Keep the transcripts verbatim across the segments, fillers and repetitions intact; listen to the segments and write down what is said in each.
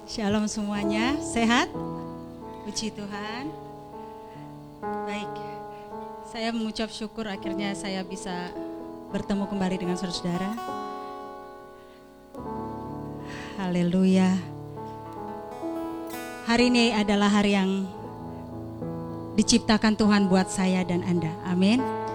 Shalom semuanya, sehat? Puji Tuhan. Baik, saya mengucap syukur akhirnya saya bisa bertemu kembali dengan saudara-saudara. Haleluya. Hari ini adalah hari yang diciptakan Tuhan buat saya dan Anda. Amin.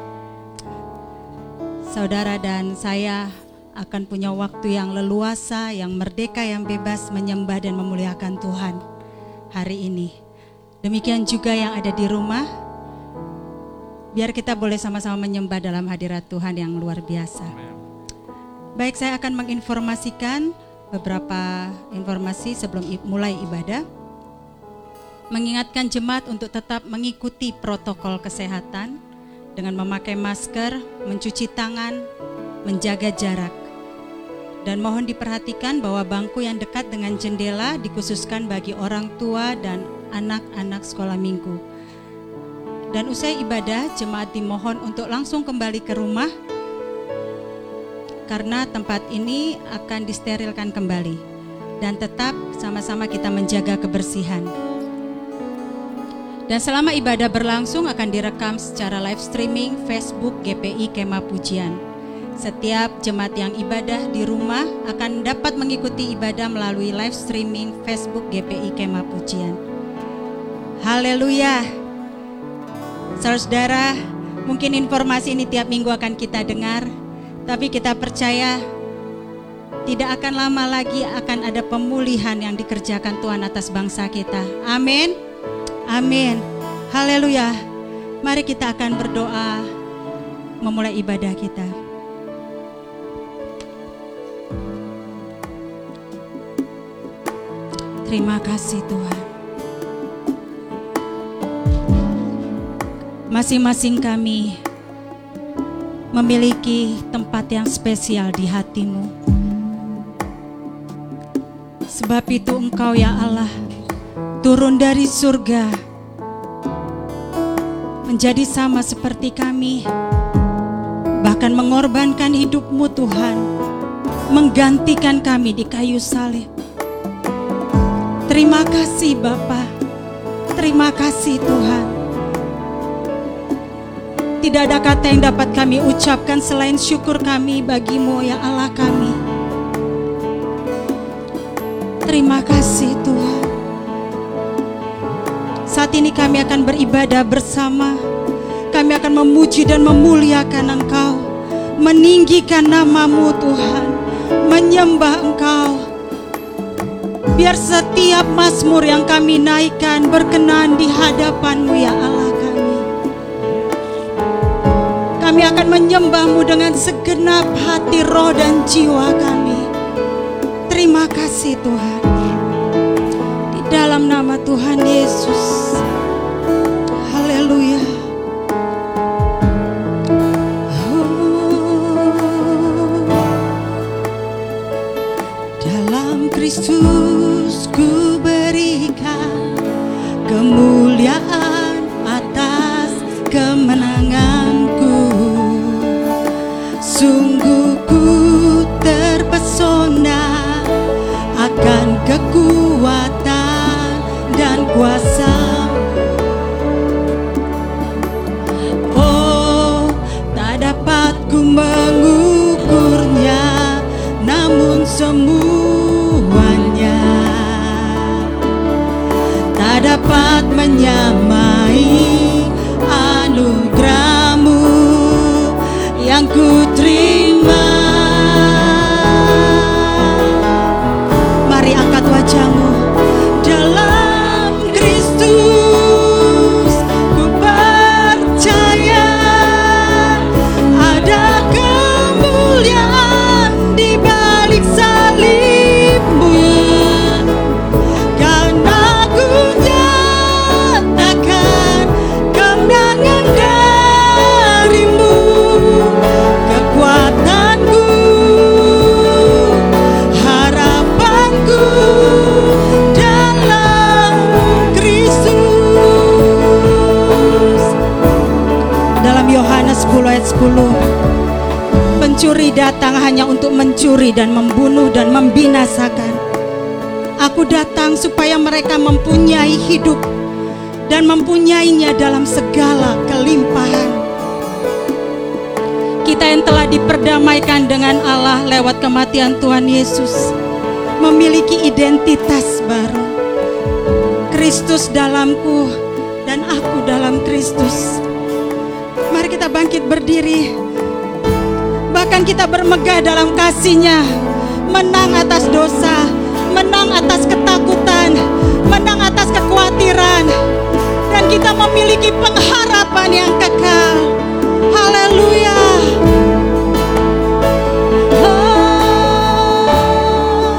Saudara dan saya akan punya waktu yang leluasa, yang merdeka, yang bebas menyembah dan memuliakan Tuhan hari ini. Demikian juga yang ada di rumah. Biar kita boleh sama-sama menyembah dalam hadirat Tuhan yang luar biasa. Baik, saya akan menginformasikan beberapa informasi sebelum mulai ibadah. Mengingatkan jemaat untuk tetap mengikuti protokol kesehatan dengan memakai masker, mencuci tangan, menjaga jarak. Dan mohon diperhatikan bahwa bangku yang dekat dengan jendela dikhususkan bagi orang tua dan anak-anak sekolah minggu. Dan usai ibadah, jemaat dimohon untuk langsung kembali ke rumah karena tempat ini akan disterilkan kembali. Dan tetap sama-sama kita menjaga kebersihan. Dan selama ibadah berlangsung akan direkam secara live streaming Facebook G P I Kemah Pujian. Setiap jemaat yang ibadah di rumah akan dapat mengikuti ibadah melalui live streaming Facebook G P I Kemah Pujian. Haleluya. Saudara-saudara, mungkin informasi ini tiap minggu akan kita dengar, tapi kita percaya tidak akan lama lagi akan ada pemulihan yang dikerjakan Tuhan atas bangsa kita. Amin. Amin. Haleluya. Mari kita akan berdoa memulai ibadah kita. Terima kasih Tuhan. Masing-masing kami memiliki tempat yang spesial di hati-Mu. Sebab itu Engkau ya Allah turun dari surga menjadi sama seperti kami, bahkan mengorbankan hidup-Mu Tuhan, menggantikan kami di kayu salib. Terima kasih Bapa, terima kasih Tuhan. Tidak ada kata yang dapat kami ucapkan selain syukur kami bagi-Mu ya Allah kami. Terima kasih Tuhan. Saat ini kami akan beribadah bersama. Kami akan memuji dan memuliakan Engkau, meninggikan nama-Mu Tuhan, menyembah Engkau. Biar setiap mazmur yang kami naikkan berkenan di hadapan-Mu ya Allah kami. Kami akan menyembah-Mu dengan segenap hati, roh dan jiwa kami. Terima kasih Tuhan. Di dalam nama Tuhan Yesus. Haleluya. Dalam Kristus ku berikan kemuliaan atas kemenanganku. Sungguh ku terpesona akan kekuatan dan kuasa. Oh, tak dapat ku mengukurnya, namun semuanya tak dapat menyamai anugerah-Mu yang ku terima. Mari angkat wajah-Mu. Dalam Kristus ku percaya ada kemuliaan di balik salib-Mu. Karena ku nyatakan kemenangan dari-Mu, kekuatanku, harapanku dalam Kristus. Dalam Yohanes sepuluh ayat sepuluh, pencuri datang hanya untuk mencuri dan membunuh dan membinasakan. Aku datang supaya mereka mempunyai hidup dan mempunyainya dalam segala kelimpahan. Kita yang telah diperdamaikan dengan Allah lewat kematian Tuhan Yesus memiliki identitas baru. Kristus dalamku dan aku dalam Kristus. Mari kita bangkit berdiri. Bahkan kita bermegah dalam kasih-Nya, menang atas dosa, menang atas ketakutan, menang atas kekhawatiran, dan kita memiliki pengharapan yang kekal. Haleluya. Oh,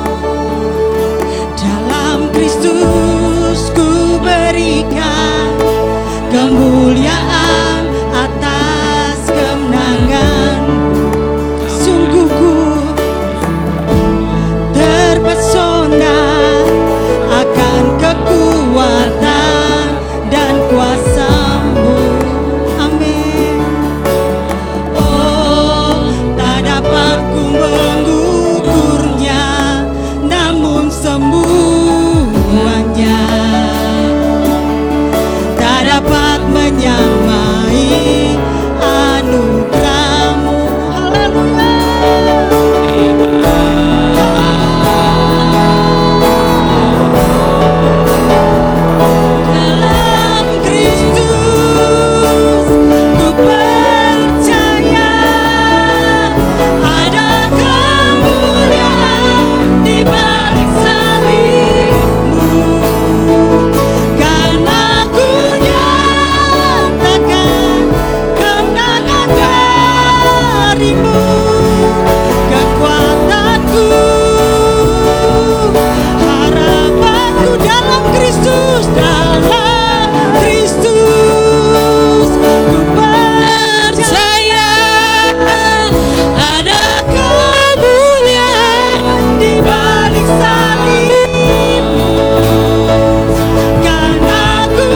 dalam Kristus ku berikan kemuliaan atas kemenangan. Sungguh ku terpesona akan kekuatan dan kuasa-Mu. Amin. Oh, tak dapat ku mengukurnya, namun semuanya tak dapat menyamai anugerah-Mu. Dalam Kristus ku percaya ada kemuliaan di balik salib-Mu, karena ku nyatakan kemenangan dari-Mu. Kekuatanku, harapanku dalam Kristus, dalam Kristus ku percaya ada kemuliaan di balik salib-Mu, karena ku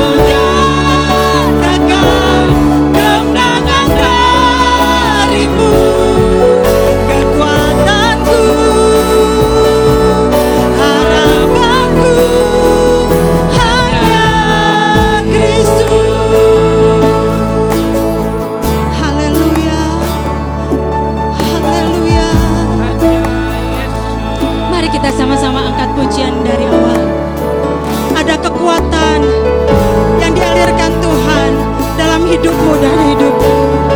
nyatakan kemenangan dari-Mu. Kekuatanku, harapanku hanya Kristus. Haleluya, haleluya. Mari kita sama-sama angkat pujian dari awal. Ada kekuatan yang dialirkan Tuhan dalam hidupmu dan hidupku.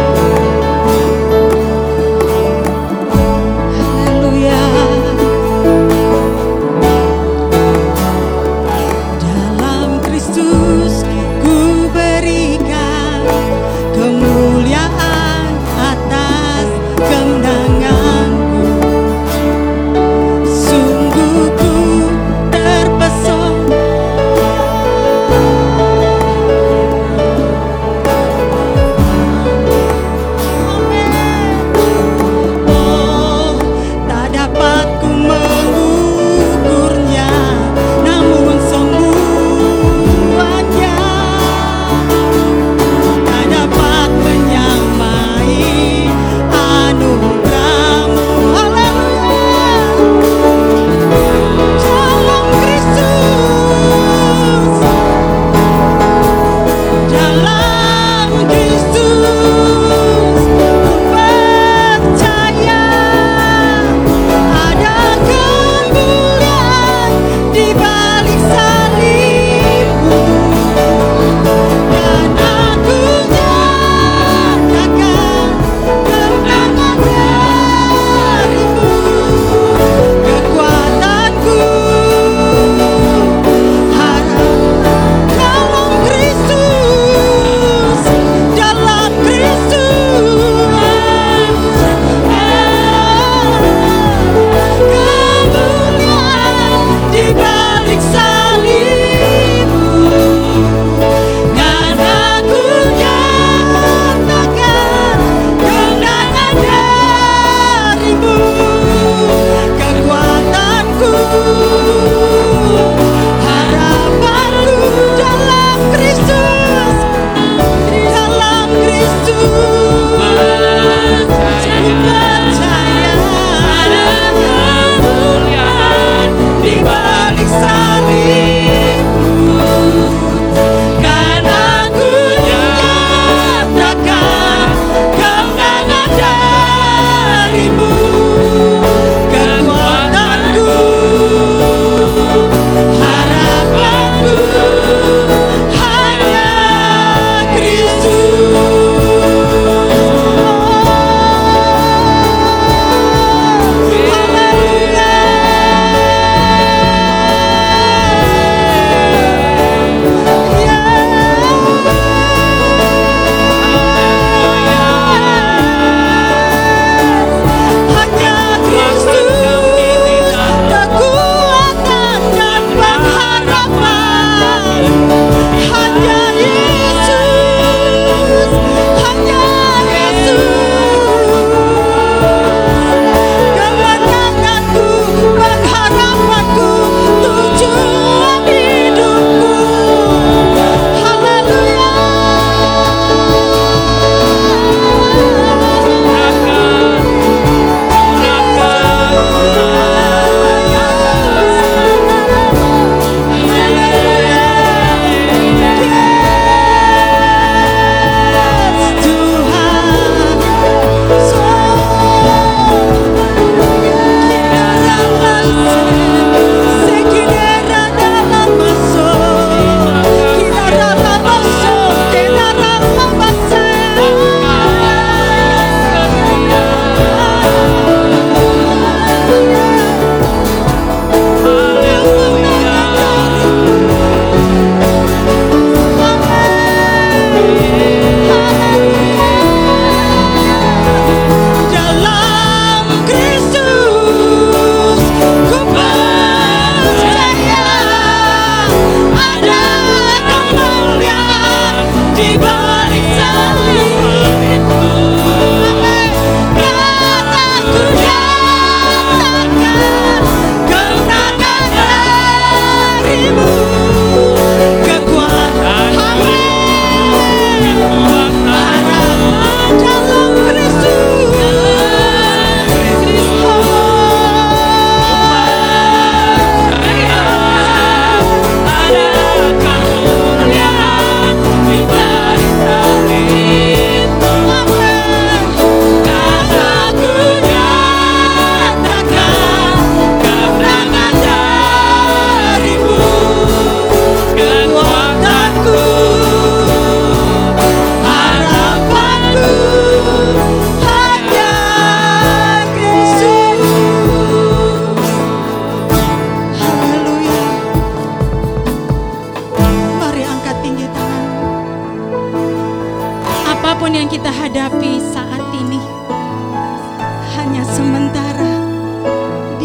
Haleluya. Dalam Kristus ku berikan kemuliaan atas kemenanganku. Sungguh ku terpesona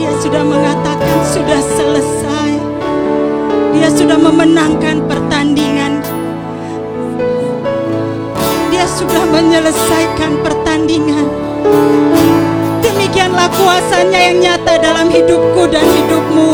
Dia sudah mengatakan sudah selesai. Dia sudah memenangkan pertandingan. Dia sudah menyelesaikan pertandingan. Demikianlah kuasanya yang nyata dalam hidupku dan hidupmu.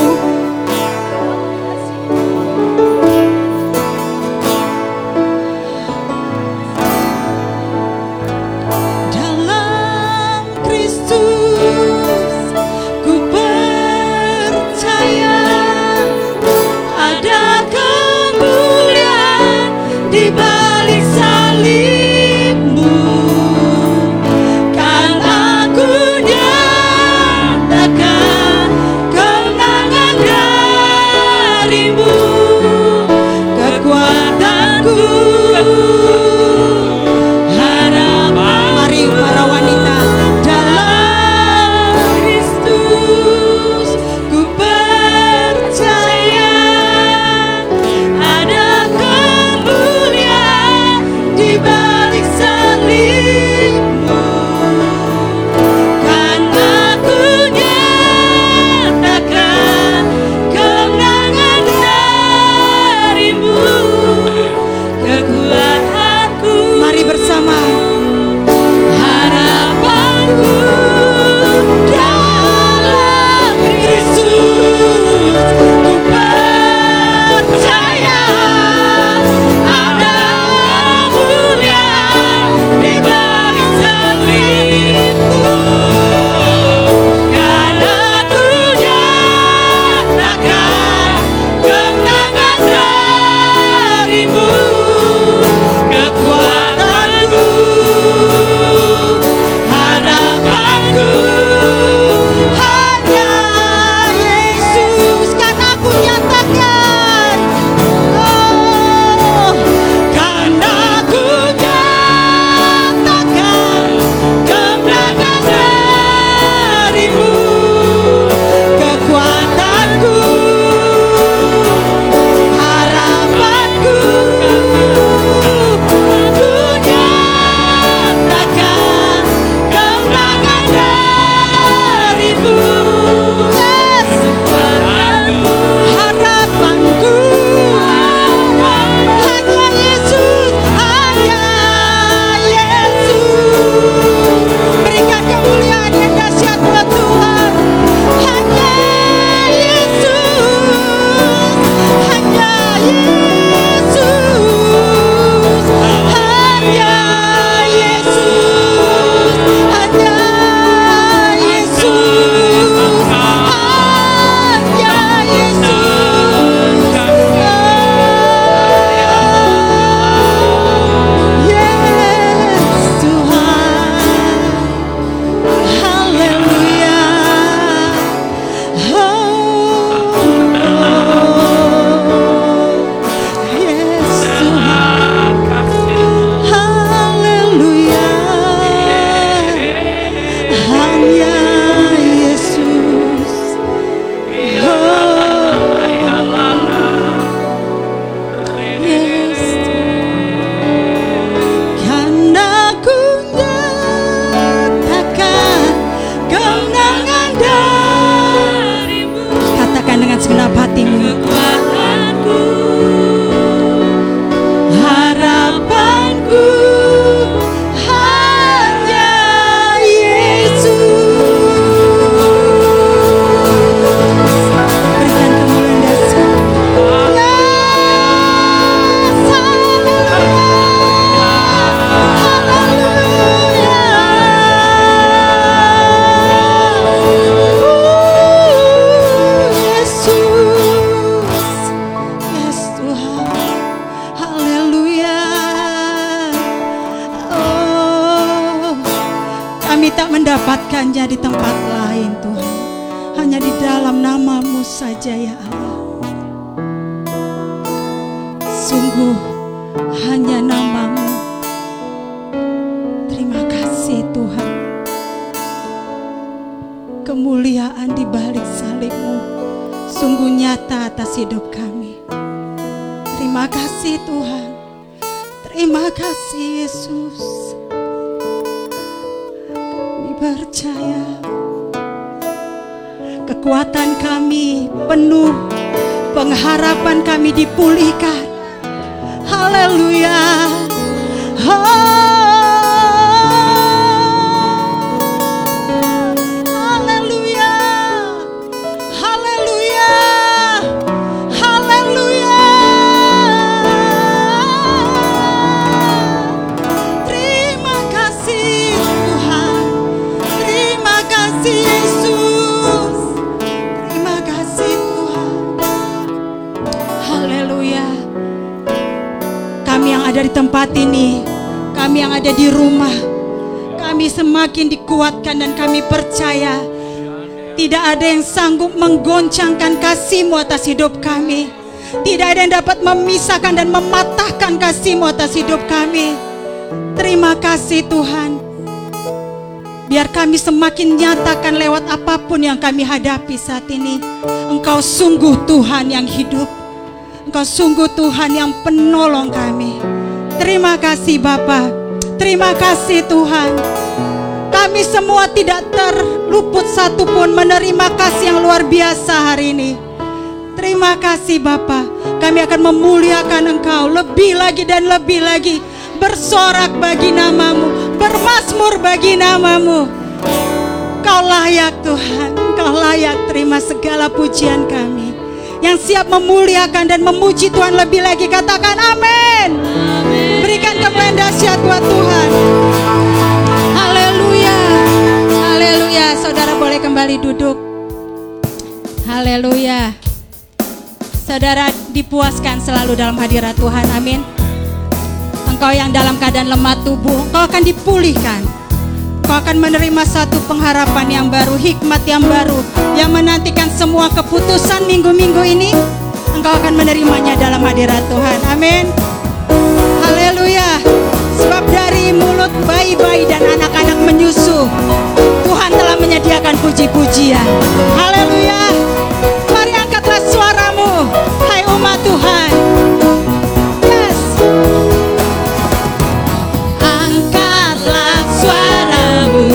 mendapatkannya di tempat lain, Tuhan. Hanya di dalam nama-Mu saja, ya Allah. Sungguh hanya nama-Mu. Terima kasih, Tuhan. Kemuliaan di balik salib-Mu sungguh nyata atas hidup kami. Terima kasih, Tuhan. Terima kasih, Yesus. Kami percaya kekuatan kami penuh, pengharapan kami dipulihkan. Haleluya. Haleluya. Haleluya. Haleluya. Terima kasih Tuhan. Terima kasih Yesus. Terima kasih Tuhan. Haleluya. Kami yang ada di tempat ini, kami yang ada di rumah, kami semakin dikuatkan dan kami percaya tidak ada yang sanggup menggoncangkan kasih-Mu atas hidup kami. Tidak ada yang dapat memisahkan dan mematahkan kasih-Mu atas hidup kami. Terima kasih Tuhan. Biar kami semakin nyatakan lewat apapun yang kami hadapi saat ini, Engkau sungguh Tuhan yang hidup. Engkau sungguh Tuhan yang penolong kami. Terima kasih Bapa. Terima kasih Tuhan. Kami semua tidak terluput satupun menerima kasih yang luar biasa hari ini. Terima kasih Bapa. Kami akan memuliakan Engkau lebih lagi dan lebih lagi. Bersorak bagi nama-Mu, bermazmur bagi nama-Mu. Kau layak Tuhan. Kau layak terima segala pujian kami. Yang siap memuliakan dan memuji Tuhan lebih lagi, katakan amin. Amin. Berikan kemuliaan dahsyat buat Tuhan. Haleluya. Haleluya. Saudara boleh kembali duduk. Haleluya. Saudara dipuaskan selalu dalam hadirat Tuhan. Amin. Engkau yang dalam keadaan lemah tubuh, engkau akan dipulihkan. Engkau akan menerima satu pengharapan yang baru, hikmat yang baru, yang menantikan semua keputusan minggu-minggu ini. Engkau akan menerimanya dalam hadirat Tuhan. Amin. Haleluya. Sebab dari mulut bayi-bayi dan anak-anak menyusu, Tuhan telah menyediakan puji-pujian. Haleluya. Mari angkatlah suaramu, hai umat Tuhan. Yes. Angkatlah suaramu,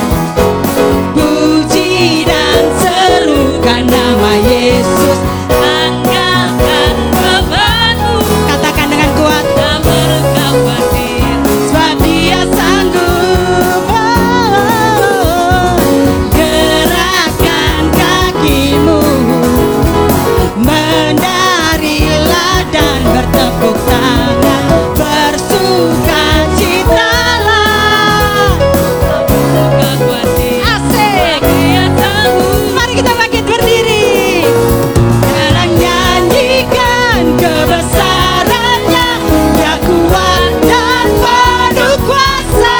puji dan serukan nama Yesus. Angkatkan bebanmu, katakan dengan kuat, tak berkau khawatir, sebab Dia sanggup. Oh, gerakkan kakimu, menarilah dan bertepuk tangan, bersukacitalah. Asik. Mari kita bangkit berdiri dan nyanyikan kebesarannya. Dia kuat dan penuh kuasa,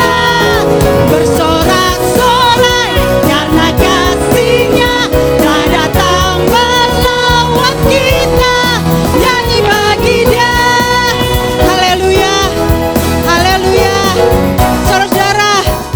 bersorak-sorai karena kasih-Nya telah datang melawat kita. Nyanyi bagi Dia. Haleluya. Haleluya. Saudara,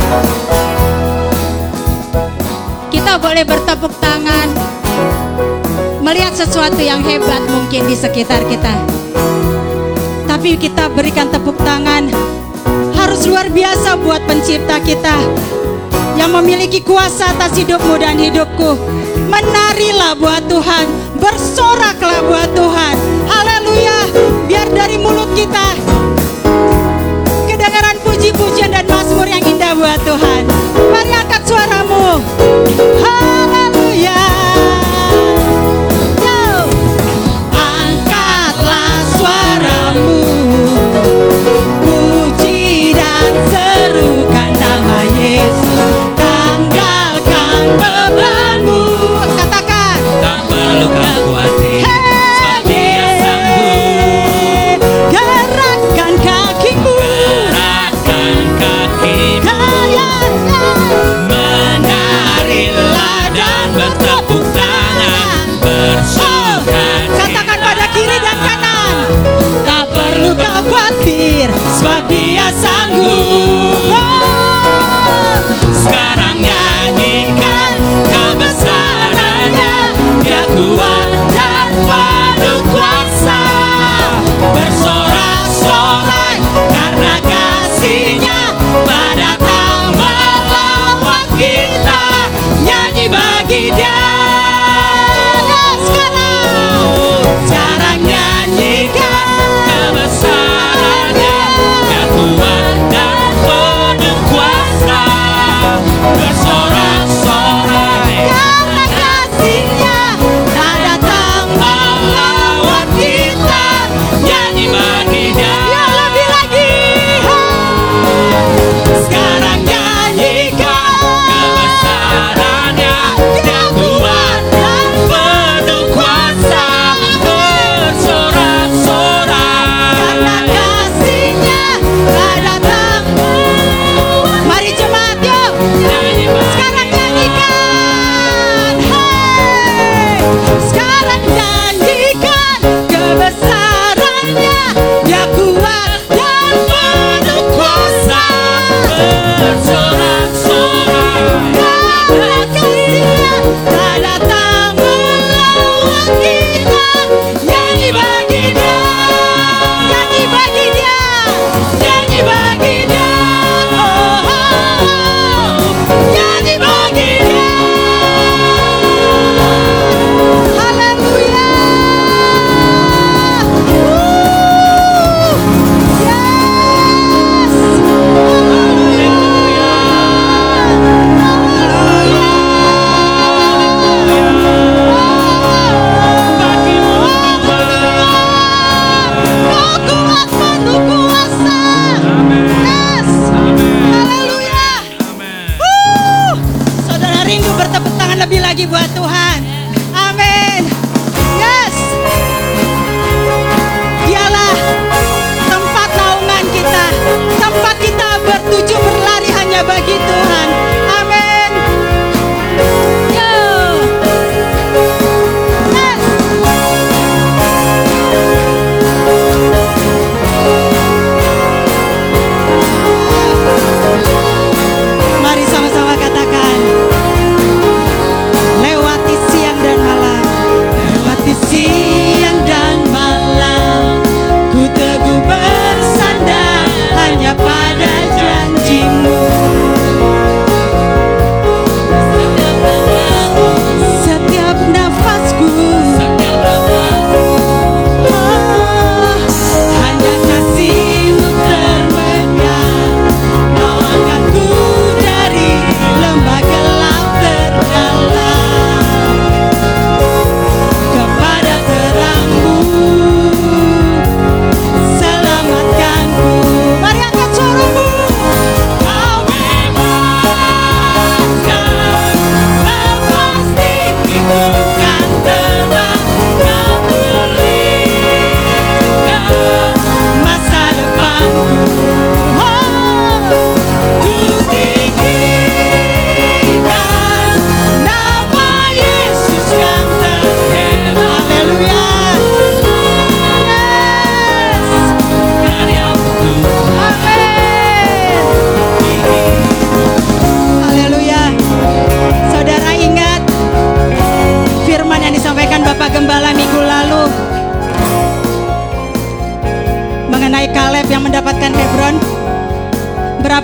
kita boleh bertepuk tangan melihat sesuatu yang hebat mungkin di sekitar kita. Tapi kita berikan tepuk tangan harus luar biasa buat pencipta kita yang memiliki kuasa atas hidupmu dan hidupku. Menarilah buat Tuhan, bersoraklah buat Tuhan. Haleluya. Biar dari mulut kita kedengaran puji-pujian dan mazmur yang indah buat Tuhan. Mari angkat suaramu. Haleluya. Yo. Angkatlah suaramu, puji dan serukan nama Yesus. Tanggalkan bebanmu, katakan, tak perlu kau khawatir,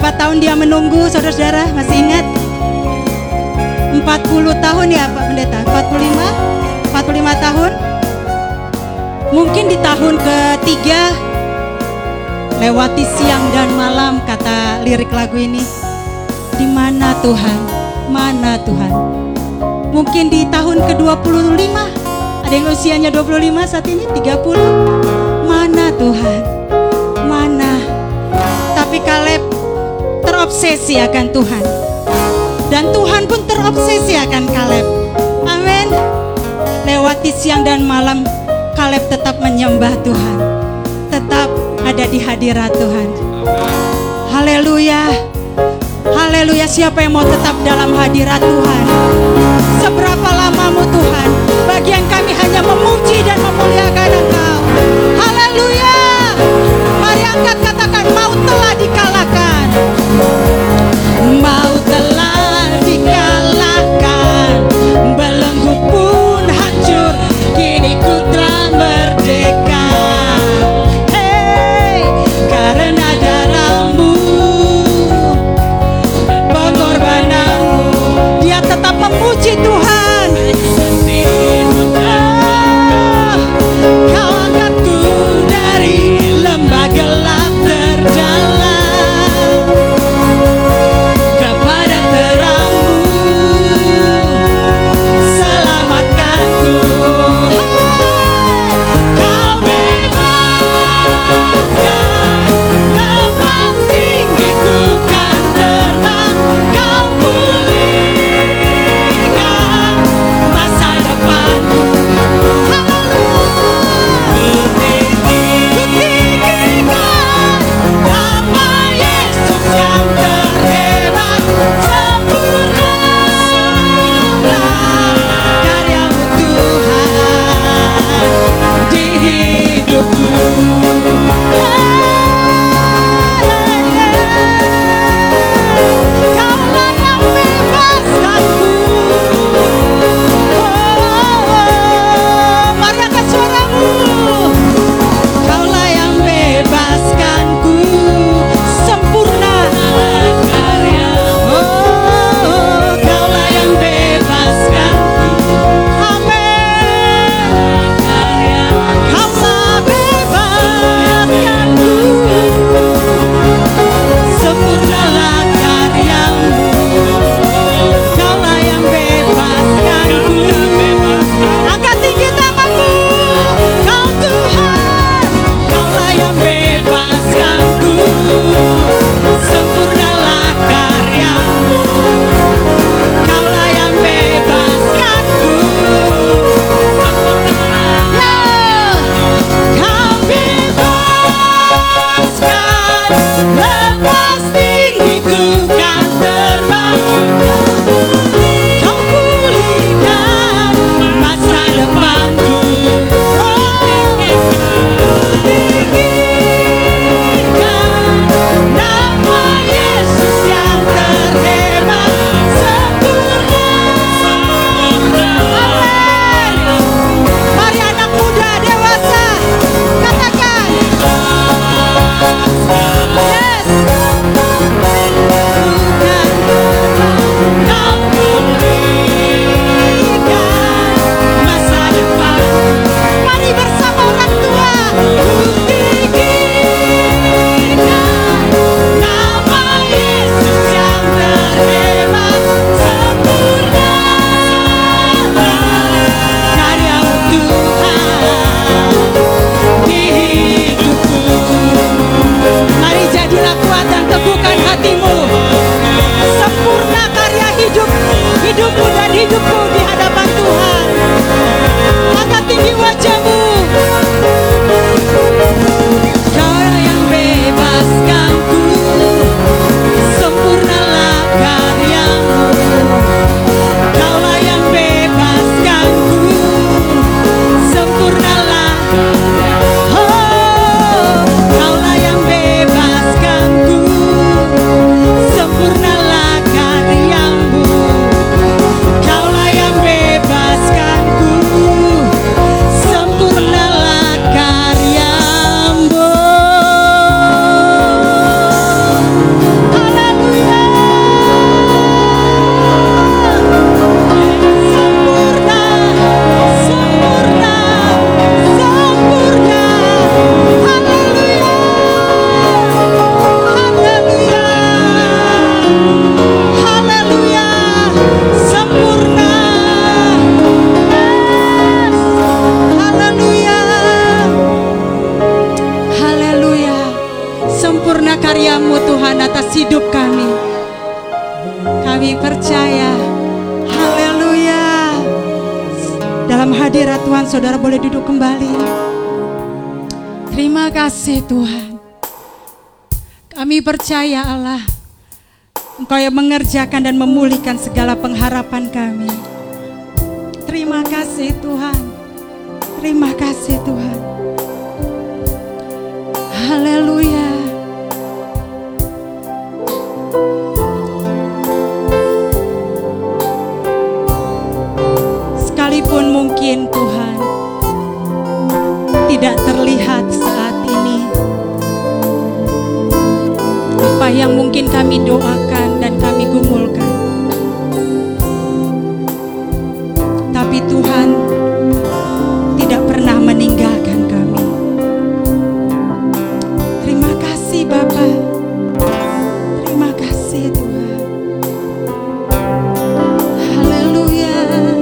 Berapa tahun dia menunggu, saudara-saudara? Masih ingat? empat puluh tahun ya Pak Pendeta? empat puluh lima? empat puluh lima tahun? Mungkin di tahun ketiga, lewati siang dan malam, kata lirik lagu ini. Di mana Tuhan? Mana Tuhan? Mungkin di tahun ke dua puluh lima, ada yang usianya dua puluh lima saat ini, tiga puluh. Mana Tuhan? Mana? Tapi Kaleb terobsesi akan Tuhan. Dan Tuhan pun terobsesi akan Kaleb. Amin. Lewati siang dan malam, Kaleb tetap menyembah Tuhan. Tetap ada di hadirat Tuhan. Haleluya. Haleluya. Siapa yang mau tetap dalam hadirat Tuhan? Seberapa lamamu Tuhan? Bagian kami hanya memuji dan memuliakan Engkau. Haleluya. Mari angkat, katakan, maut telah dikalahkan. Maut telah dikalahkan, belenggu pun hancur, kini ku telah merdeka. Hei, karena darahmu, pengorbananmu. Dia tetap memuji Tuhan. hadirat Tuhan, saudara boleh duduk kembali. Terima kasih Tuhan. Kami percaya Allah, Engkau yang mengerjakan dan memulihkan segala pengharapan kami. Terima kasih Tuhan. Terima kasih Tuhan. Haleluya. Sekalipun mungkin Tuhan tidak terlihat saat ini apa yang mungkin kami doakan dan kami gumulkan, tapi Tuhan tidak pernah meninggalkan kami. Terima kasih Bapa. Terima kasih Tuhan. Haleluya.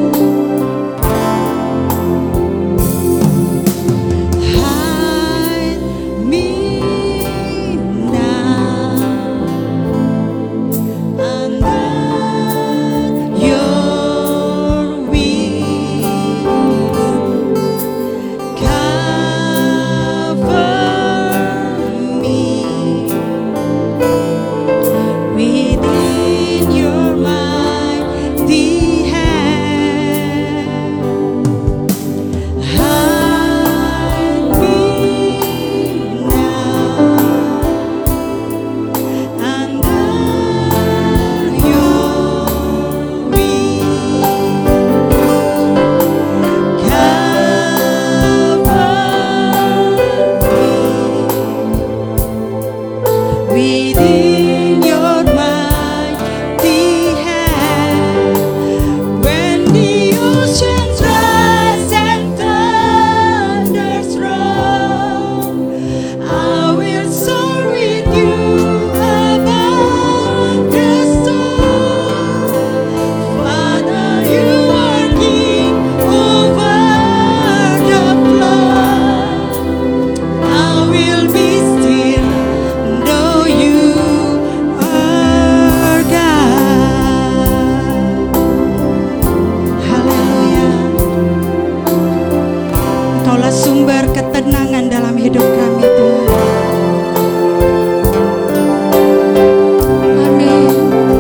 Hide me now under your wings. Cover me within your mighty hand. Hide me now under your wings. Cover me within your mighty hand. When the oceans rise and thunders roll, I will soar with you above the storm. Father, you are King over the flood. I will be still, know you are God. Haleluya. Engkaulah sumber ketenangan dalam hidup kami Tuhan. Amin.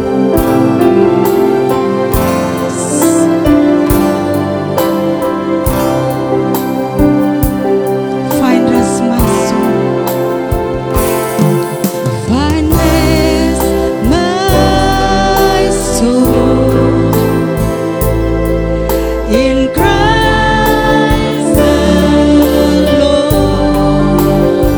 Find rest my soul. Find rest my soul in Christ alone.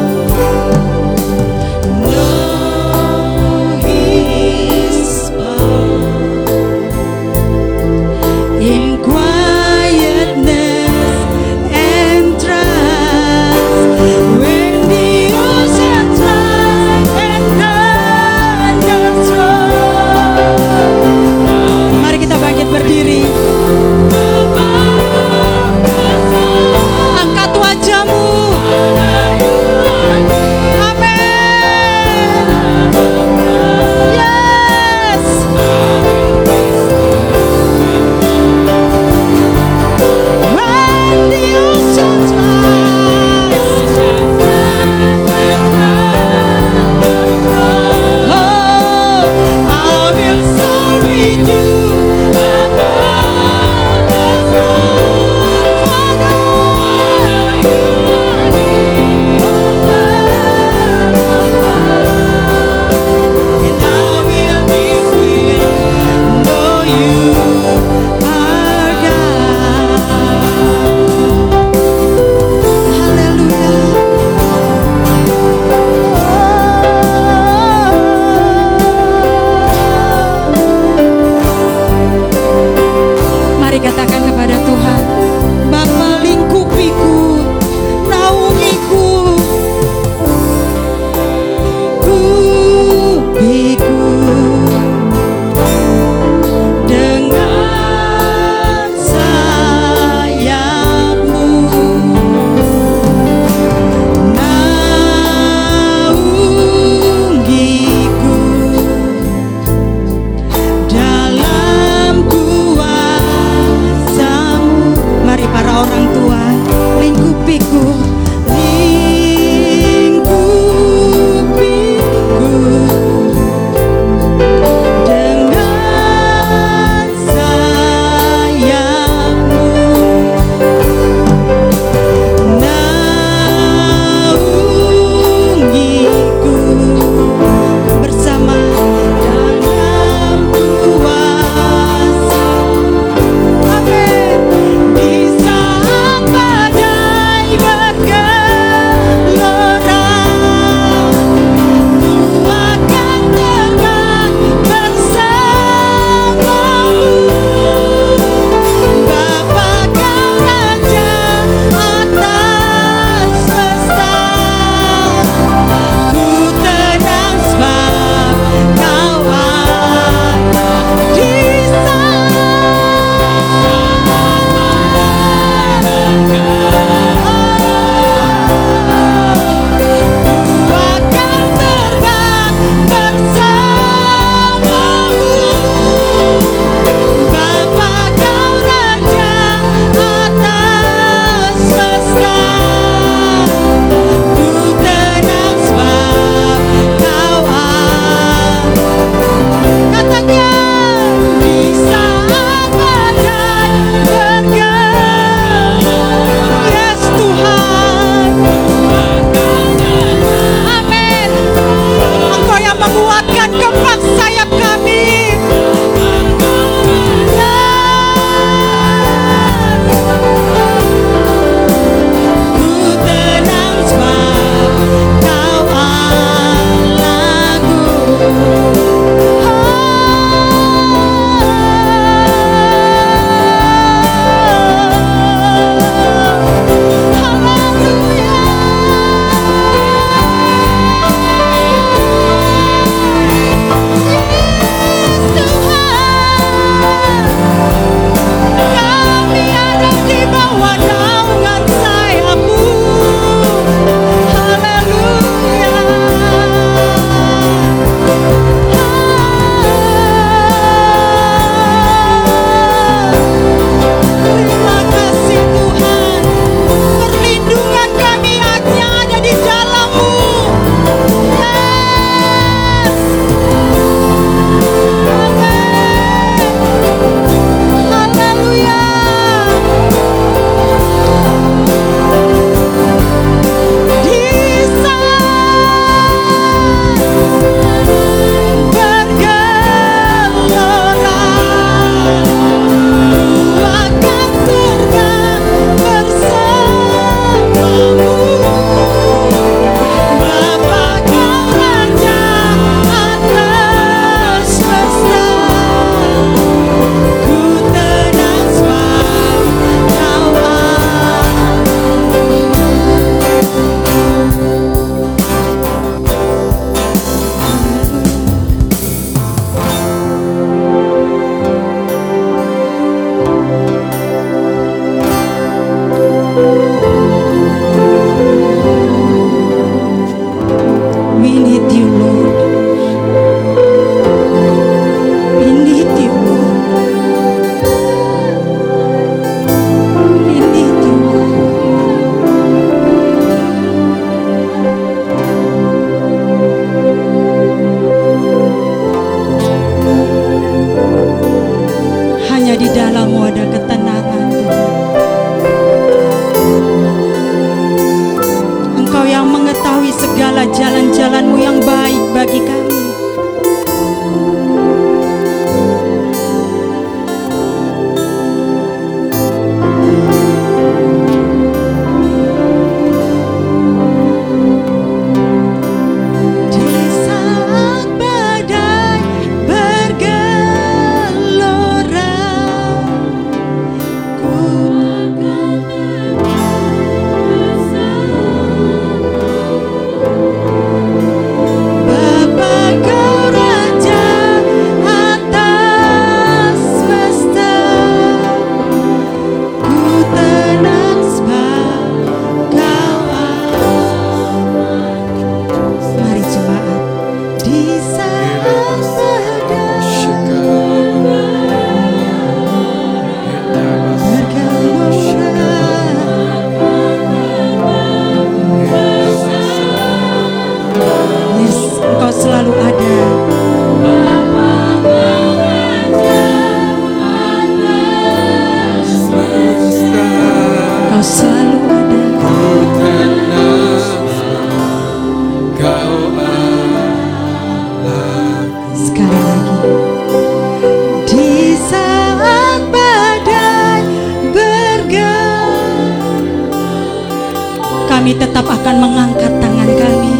kami tetap akan mengangkat tangan kami.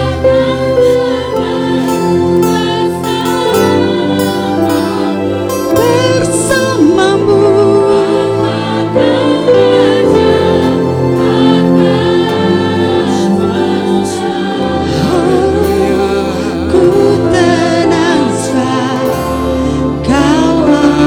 Bersamamu ku tenang sebab Kau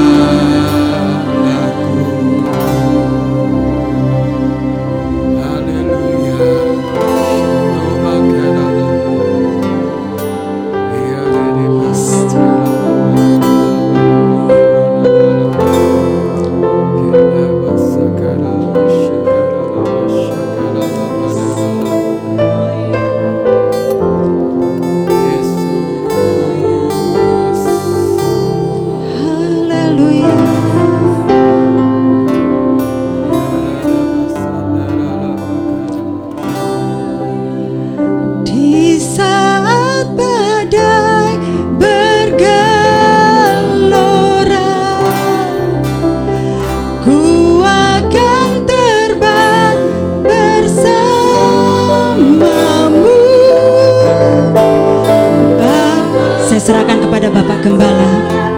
serahkan kepada Bapak Gembala.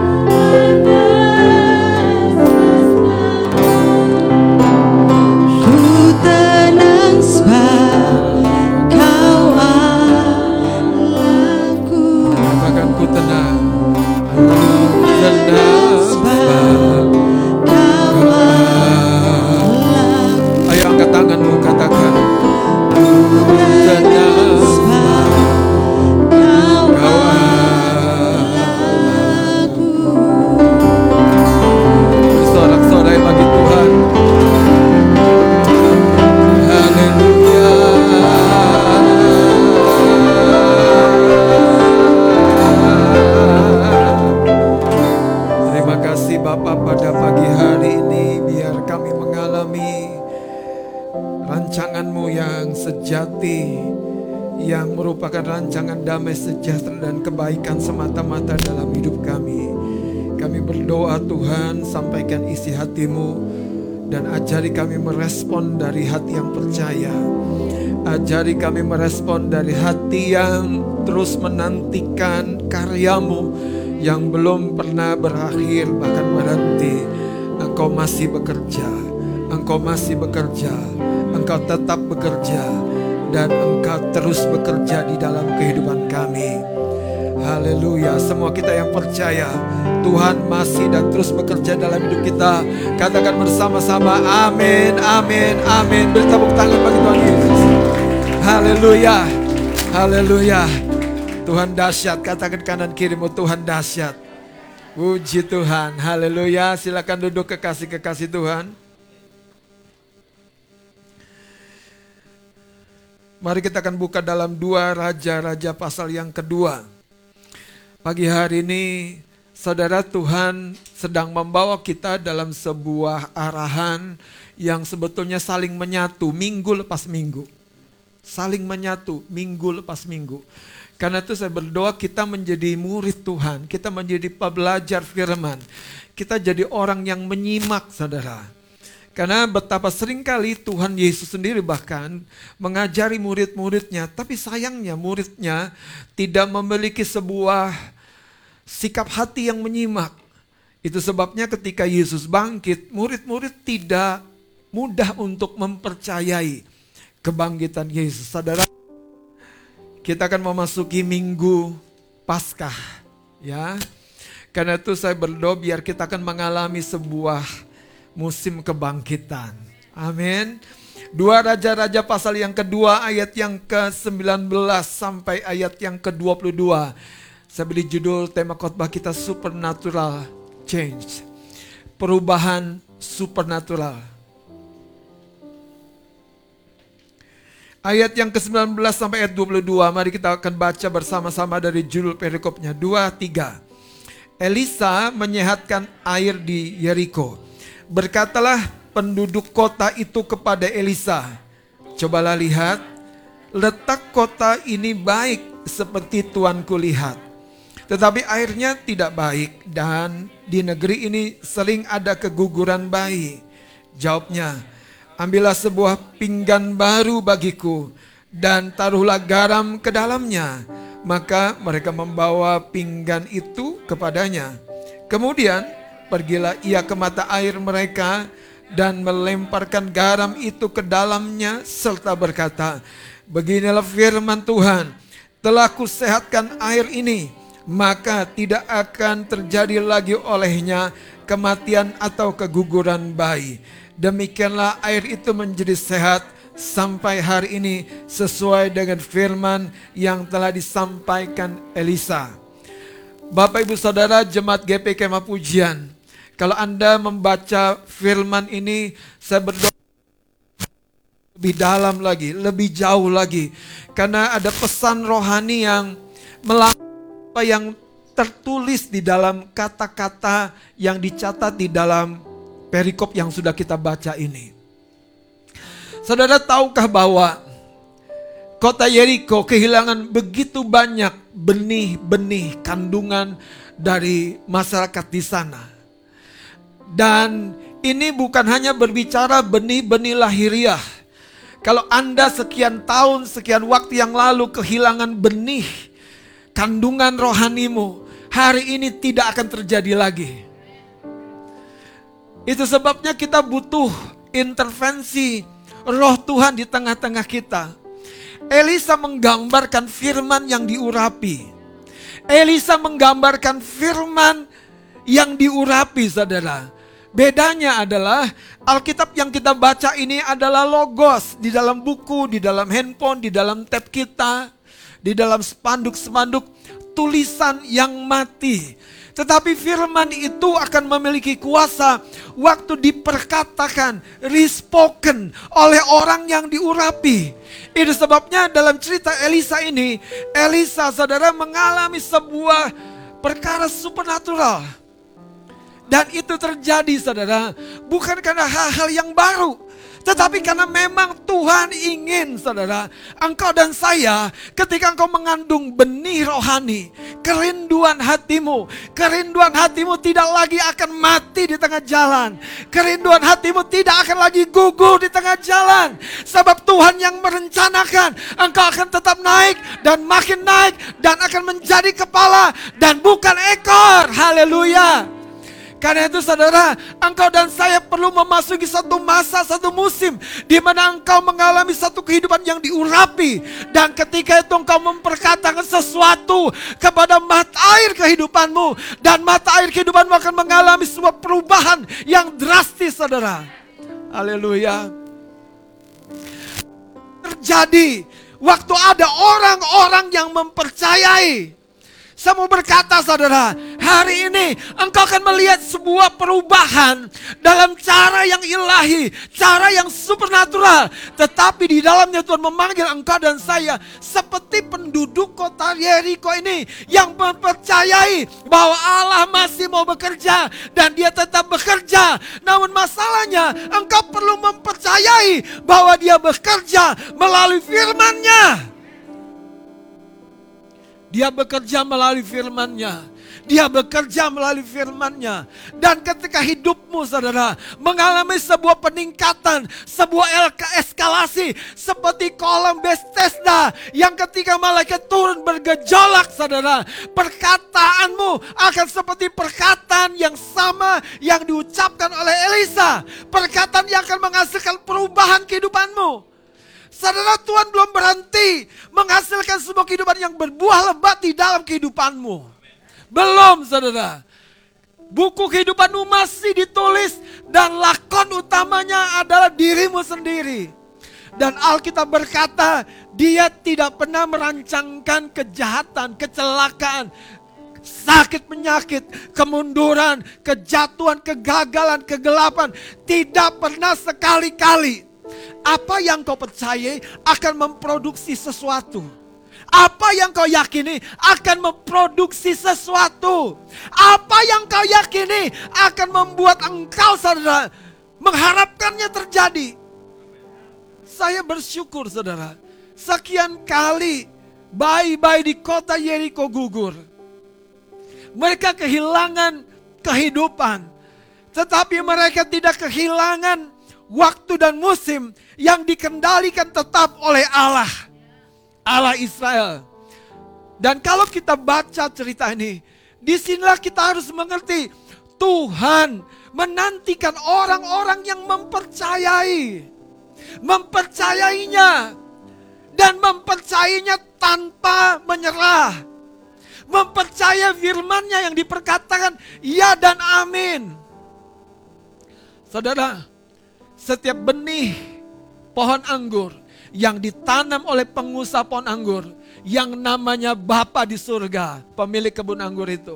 Ku tenang sebab Kau Allahku. Katakan ku tenang, ku tenang sebab Kau Allahku. Ayo angkat tanganmu, katakan ku tenang sebab Kau sorak-sorai bagi Tuhan. Haleluya. Terima kasih Bapa pada pagi hari ini, biar kami mengalami rancangan-Mu yang sejati, yang merupakan rancangan damai sejahtera dan kebaikan semata-mata dalam hidup kami. Kami berdoa Tuhan, sampaikan isi hati-Mu dan ajari kami merespon dari hati yang percaya. Ajari kami merespon dari hati yang terus menantikan karya-Mu yang belum pernah berakhir bahkan berhenti. Engkau masih bekerja, Engkau masih bekerja, Engkau tetap bekerja, dan Engkau terus bekerja di dalam kehidupan kami. Haleluya. Semua kita yang percaya Tuhan masih dan terus bekerja dalam hidup kita, katakan bersama-sama amin, amin, amin. Beri tepuk tangan bagi Tuhan Yesus. Haleluya, haleluya. Tuhan dahsyat, katakan kanan kirimu, Tuhan dahsyat. Puji Tuhan, haleluya. Silakan duduk kekasih-kekasih Tuhan. Mari kita akan buka dalam dua Raja-Raja pasal yang kedua. Pagi hari ini, saudara, Tuhan sedang membawa kita dalam sebuah arahan yang sebetulnya saling menyatu minggu lepas minggu. Saling menyatu minggu lepas minggu. Karena itu saya berdoa kita menjadi murid Tuhan, kita menjadi pembelajar firman. Kita jadi orang yang menyimak, saudara. Karena betapa seringkali Tuhan Yesus sendiri bahkan mengajari murid-muridnya, tapi sayangnya muridnya tidak memiliki sebuah sikap hati yang menyimak. Itu sebabnya ketika Yesus bangkit, murid-murid tidak mudah untuk mempercayai kebangkitan Yesus. Saudara, kita akan memasuki minggu Paskah, ya. Karena itu saya berdoa biar kita akan mengalami sebuah musim kebangkitan. Amin. Dua Raja-Raja pasal yang kedua ayat yang ke sembilan belas sampai ayat yang ke dua puluh dua. Saya beri judul tema khotbah kita Supernatural Change. Perubahan supernatural. Ayat yang ke sembilan belas sampai ayat dua puluh dua. Mari kita akan baca bersama-sama dari judul perikopnya. Dua, tiga. Elisa menyehatkan air di Yeriko. Berkatalah penduduk kota itu kepada Elisa, cobalah lihat, letak kota ini baik seperti tuanku lihat. Tetapi airnya tidak baik dan di negeri ini sering ada keguguran bayi. Jawabnya, ambillah sebuah pinggan baru bagiku dan taruhlah garam ke dalamnya. Maka mereka membawa pinggan itu kepadanya. Kemudian pergilah ia ke mata air mereka dan melemparkan garam itu ke dalamnya serta berkata, beginilah firman Tuhan, telah kusehatkan air ini, maka tidak akan terjadi lagi olehnya kematian atau keguguran bayi. Demikianlah air itu menjadi sehat sampai hari ini sesuai dengan firman yang telah disampaikan Elisa. Bapak Ibu Saudara jemaat G P Kemah Pujian, kalau Anda membaca firman ini, saya berdoa lebih dalam lagi, lebih jauh lagi, karena ada pesan rohani yang melampaui apa yang tertulis di dalam kata-kata yang dicatat di dalam perikop yang sudah kita baca ini. Saudara tahukah bahwa kota Yeriko kehilangan begitu banyak benih-benih kandungan dari masyarakat di sana. Dan ini bukan hanya berbicara benih-benih lahiriah. Kalau Anda sekian tahun, sekian waktu yang lalu kehilangan benih kandungan rohanimu, hari ini tidak akan terjadi lagi. Itu sebabnya kita butuh intervensi Roh Tuhan di tengah-tengah kita. Elisa menggambarkan firman yang diurapi. Elisa menggambarkan firman yang diurapi, saudara. Bedanya adalah Alkitab yang kita baca ini adalah logos di dalam buku, di dalam handphone, di dalam tab kita, di dalam spanduk-spanduk tulisan yang mati. Tetapi firman itu akan memiliki kuasa waktu diperkatakan, respoken oleh orang yang diurapi. Itu sebabnya dalam cerita Elisa ini, Elisa saudara mengalami sebuah perkara supernatural. Dan itu terjadi saudara, bukan karena hal-hal yang baru, tetapi karena memang Tuhan ingin saudara, engkau dan saya ketika engkau mengandung benih rohani, kerinduan hatimu, kerinduan hatimu tidak lagi akan mati di tengah jalan. Kerinduan hatimu tidak akan lagi gugur di tengah jalan. Sebab Tuhan yang merencanakan engkau akan tetap naik dan makin naik dan akan menjadi kepala dan bukan ekor. Haleluya. Karena itu saudara, engkau dan saya perlu memasuki satu masa, satu musim di mana engkau mengalami satu kehidupan yang diurapi. Dan ketika itu engkau memperkatakan sesuatu kepada mata air kehidupanmu. Dan mata air kehidupanmu akan mengalami sebuah perubahan yang drastis saudara. Haleluya. Terjadi waktu ada orang-orang yang mempercayai. Saya mau berkata saudara, hari ini engkau akan melihat sebuah perubahan dalam cara yang ilahi, cara yang supernatural. Tetapi di dalamnya Tuhan memanggil engkau dan saya seperti penduduk kota Yeriko ini yang mempercayai bahwa Allah masih mau bekerja dan dia tetap bekerja. Namun masalahnya engkau perlu mempercayai bahwa dia bekerja melalui firman-Nya. Dia bekerja melalui firman-Nya. Dia bekerja melalui firman-Nya. Dan ketika hidupmu saudara mengalami sebuah peningkatan, sebuah eskalasi seperti kolam Bethesda yang ketika malaikat turun bergejolak saudara, perkataanmu akan seperti perkataan yang sama yang diucapkan oleh Elisa. Perkataan yang akan menghasilkan perubahan kehidupanmu. Saudara, Tuhan belum berhenti menghasilkan sebuah kehidupan yang berbuah lebat di dalam kehidupanmu. Belum saudara. Buku kehidupanmu masih ditulis dan lakon utamanya adalah dirimu sendiri. Dan Alkitab berkata, dia tidak pernah merancangkan kejahatan, kecelakaan, sakit penyakit, kemunduran, kejatuhan, kegagalan, kegelapan. Tidak pernah sekali-kali. Apa yang kau percayai akan memproduksi sesuatu. Apa yang kau yakini akan memproduksi sesuatu. Apa yang kau yakini akan membuat engkau saudara mengharapkannya terjadi. Saya bersyukur saudara, sekian kali bayi-bayi di kota Yeriko gugur. Mereka kehilangan kehidupan, tetapi mereka tidak kehilangan waktu dan musim yang dikendalikan tetap oleh Allah. Allah Israel. Dan kalau kita baca cerita ini, disinilah kita harus mengerti Tuhan menantikan orang-orang yang mempercayai. Mempercayainya. Dan mempercayainya tanpa menyerah. Mempercaya firman-Nya yang diperkatakan ya dan amin. Saudara, setiap benih pohon anggur yang ditanam oleh pengusaha pohon anggur yang namanya Bapa di surga, pemilik kebun anggur itu,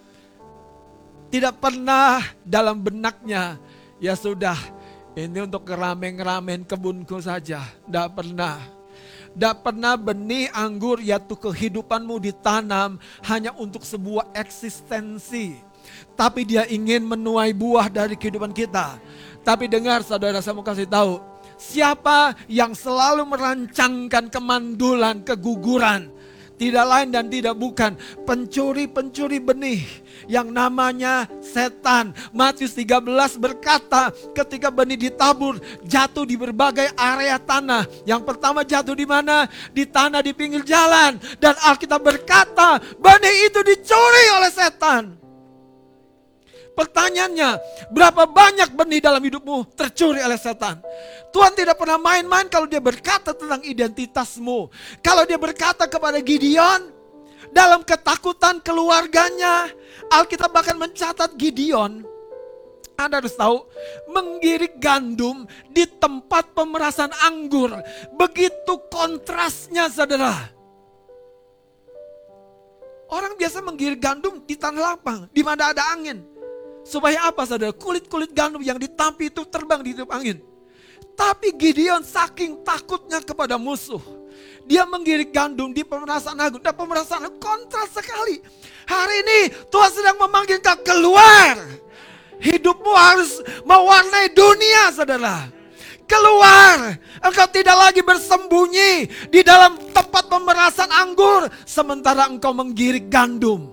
tidak pernah dalam benaknya, ya sudah, ini untuk ngeramen-ngeramen kebunku saja. Tidak pernah. Tidak pernah benih anggur yaitu kehidupanmu ditanam hanya untuk sebuah eksistensi. Tapi dia ingin menuai buah dari kehidupan kita. Tapi dengar saudara, saya mau kasih tahu. Siapa yang selalu merancangkan kemandulan, keguguran, tidak lain dan tidak bukan pencuri-pencuri benih yang namanya setan. Matius tiga belas berkata ketika benih ditabur jatuh di berbagai area tanah. Yang pertama jatuh di mana? Di tanah di pinggir jalan. Dan Alkitab berkata benih itu dicuri oleh setan. Pertanyaannya, berapa banyak benih dalam hidupmu tercuri oleh setan? Tuhan tidak pernah main-main kalau dia berkata tentang identitasmu. Kalau dia berkata kepada Gideon, dalam ketakutan keluarganya, Alkitab bahkan mencatat Gideon, Anda harus tahu, menggirik gandum di tempat pemerasan anggur. Begitu kontrasnya saudara. Orang biasa menggirik gandum di tanah lapang, di mana ada angin. Supaya apa saudara? Kulit-kulit gandum yang ditampi itu terbang di tiup angin. Tapi Gideon saking takutnya kepada musuh, dia menggirik gandum di pemerasan anggur. Dan pemerasan anggur kontras sekali. Hari ini Tuhan sedang memanggil kau keluar. Hidupmu harus mewarnai dunia saudara. Keluar. Engkau tidak lagi bersembunyi di dalam tempat pemerasan anggur. Sementara engkau menggirik gandum.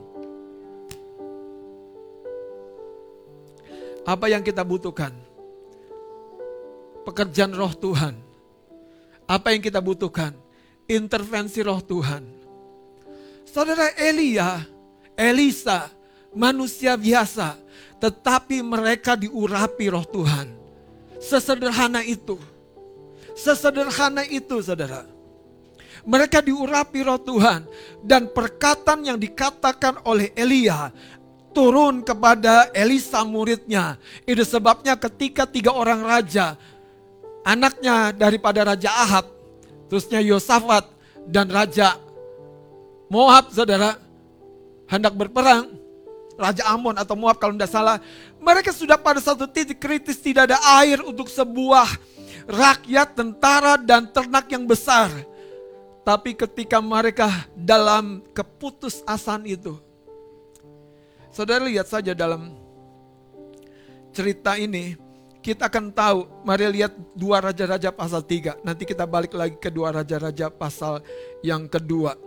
Apa yang kita butuhkan? Pekerjaan roh Tuhan. Apa yang kita butuhkan? Intervensi roh Tuhan. Saudara, Elia, Elisa, manusia biasa, tetapi mereka diurapi roh Tuhan. Sesederhana itu. Sesederhana itu saudara. Mereka diurapi roh Tuhan. Dan perkataan yang dikatakan oleh Elia turun kepada Elisa muridnya. Itu sebabnya ketika tiga orang raja, anaknya daripada Raja Ahab, terusnya Yosafat dan Raja Moab saudara, hendak berperang, Raja Amon atau Moab kalau tidak salah, mereka sudah pada satu titik kritis, tidak ada air untuk sebuah rakyat, tentara dan ternak yang besar. Tapi ketika mereka dalam keputusasaan itu, saudara lihat saja dalam cerita ini, kita akan tahu, mari lihat dua Raja-Raja pasal tiga. Nanti kita balik lagi ke dua Raja-Raja pasal yang kedua.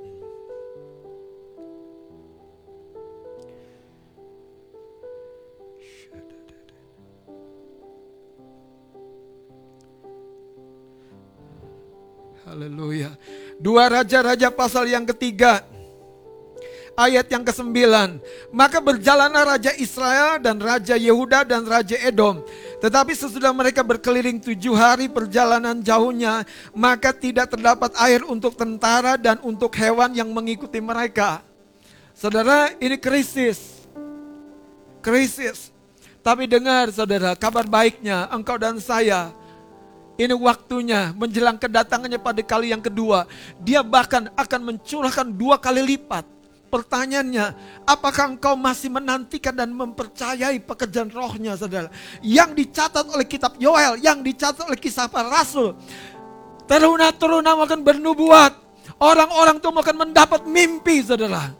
Haleluya. Dua Raja-Raja pasal yang ketiga. Ayat yang kesembilan, maka berjalanlah Raja Israel dan Raja Yehuda dan Raja Edom. Tetapi sesudah mereka berkeliling tujuh hari perjalanan jauhnya, maka tidak terdapat air untuk tentara dan untuk hewan yang mengikuti mereka. Saudara, ini krisis. Krisis. Tapi dengar saudara, kabar baiknya engkau dan saya, ini waktunya menjelang kedatangannya pada kali yang kedua. Dia bahkan akan mencurahkan dua kali lipat. Pertanyaannya, apakah engkau masih menantikan dan mempercayai pekerjaan rohnya saudara? Yang dicatat oleh kitab Yoel, yang dicatat oleh Kisah Para Rasul. Teruna-teruna akan bernubuat. Orang-orang itu akan mendapat mimpi saudara.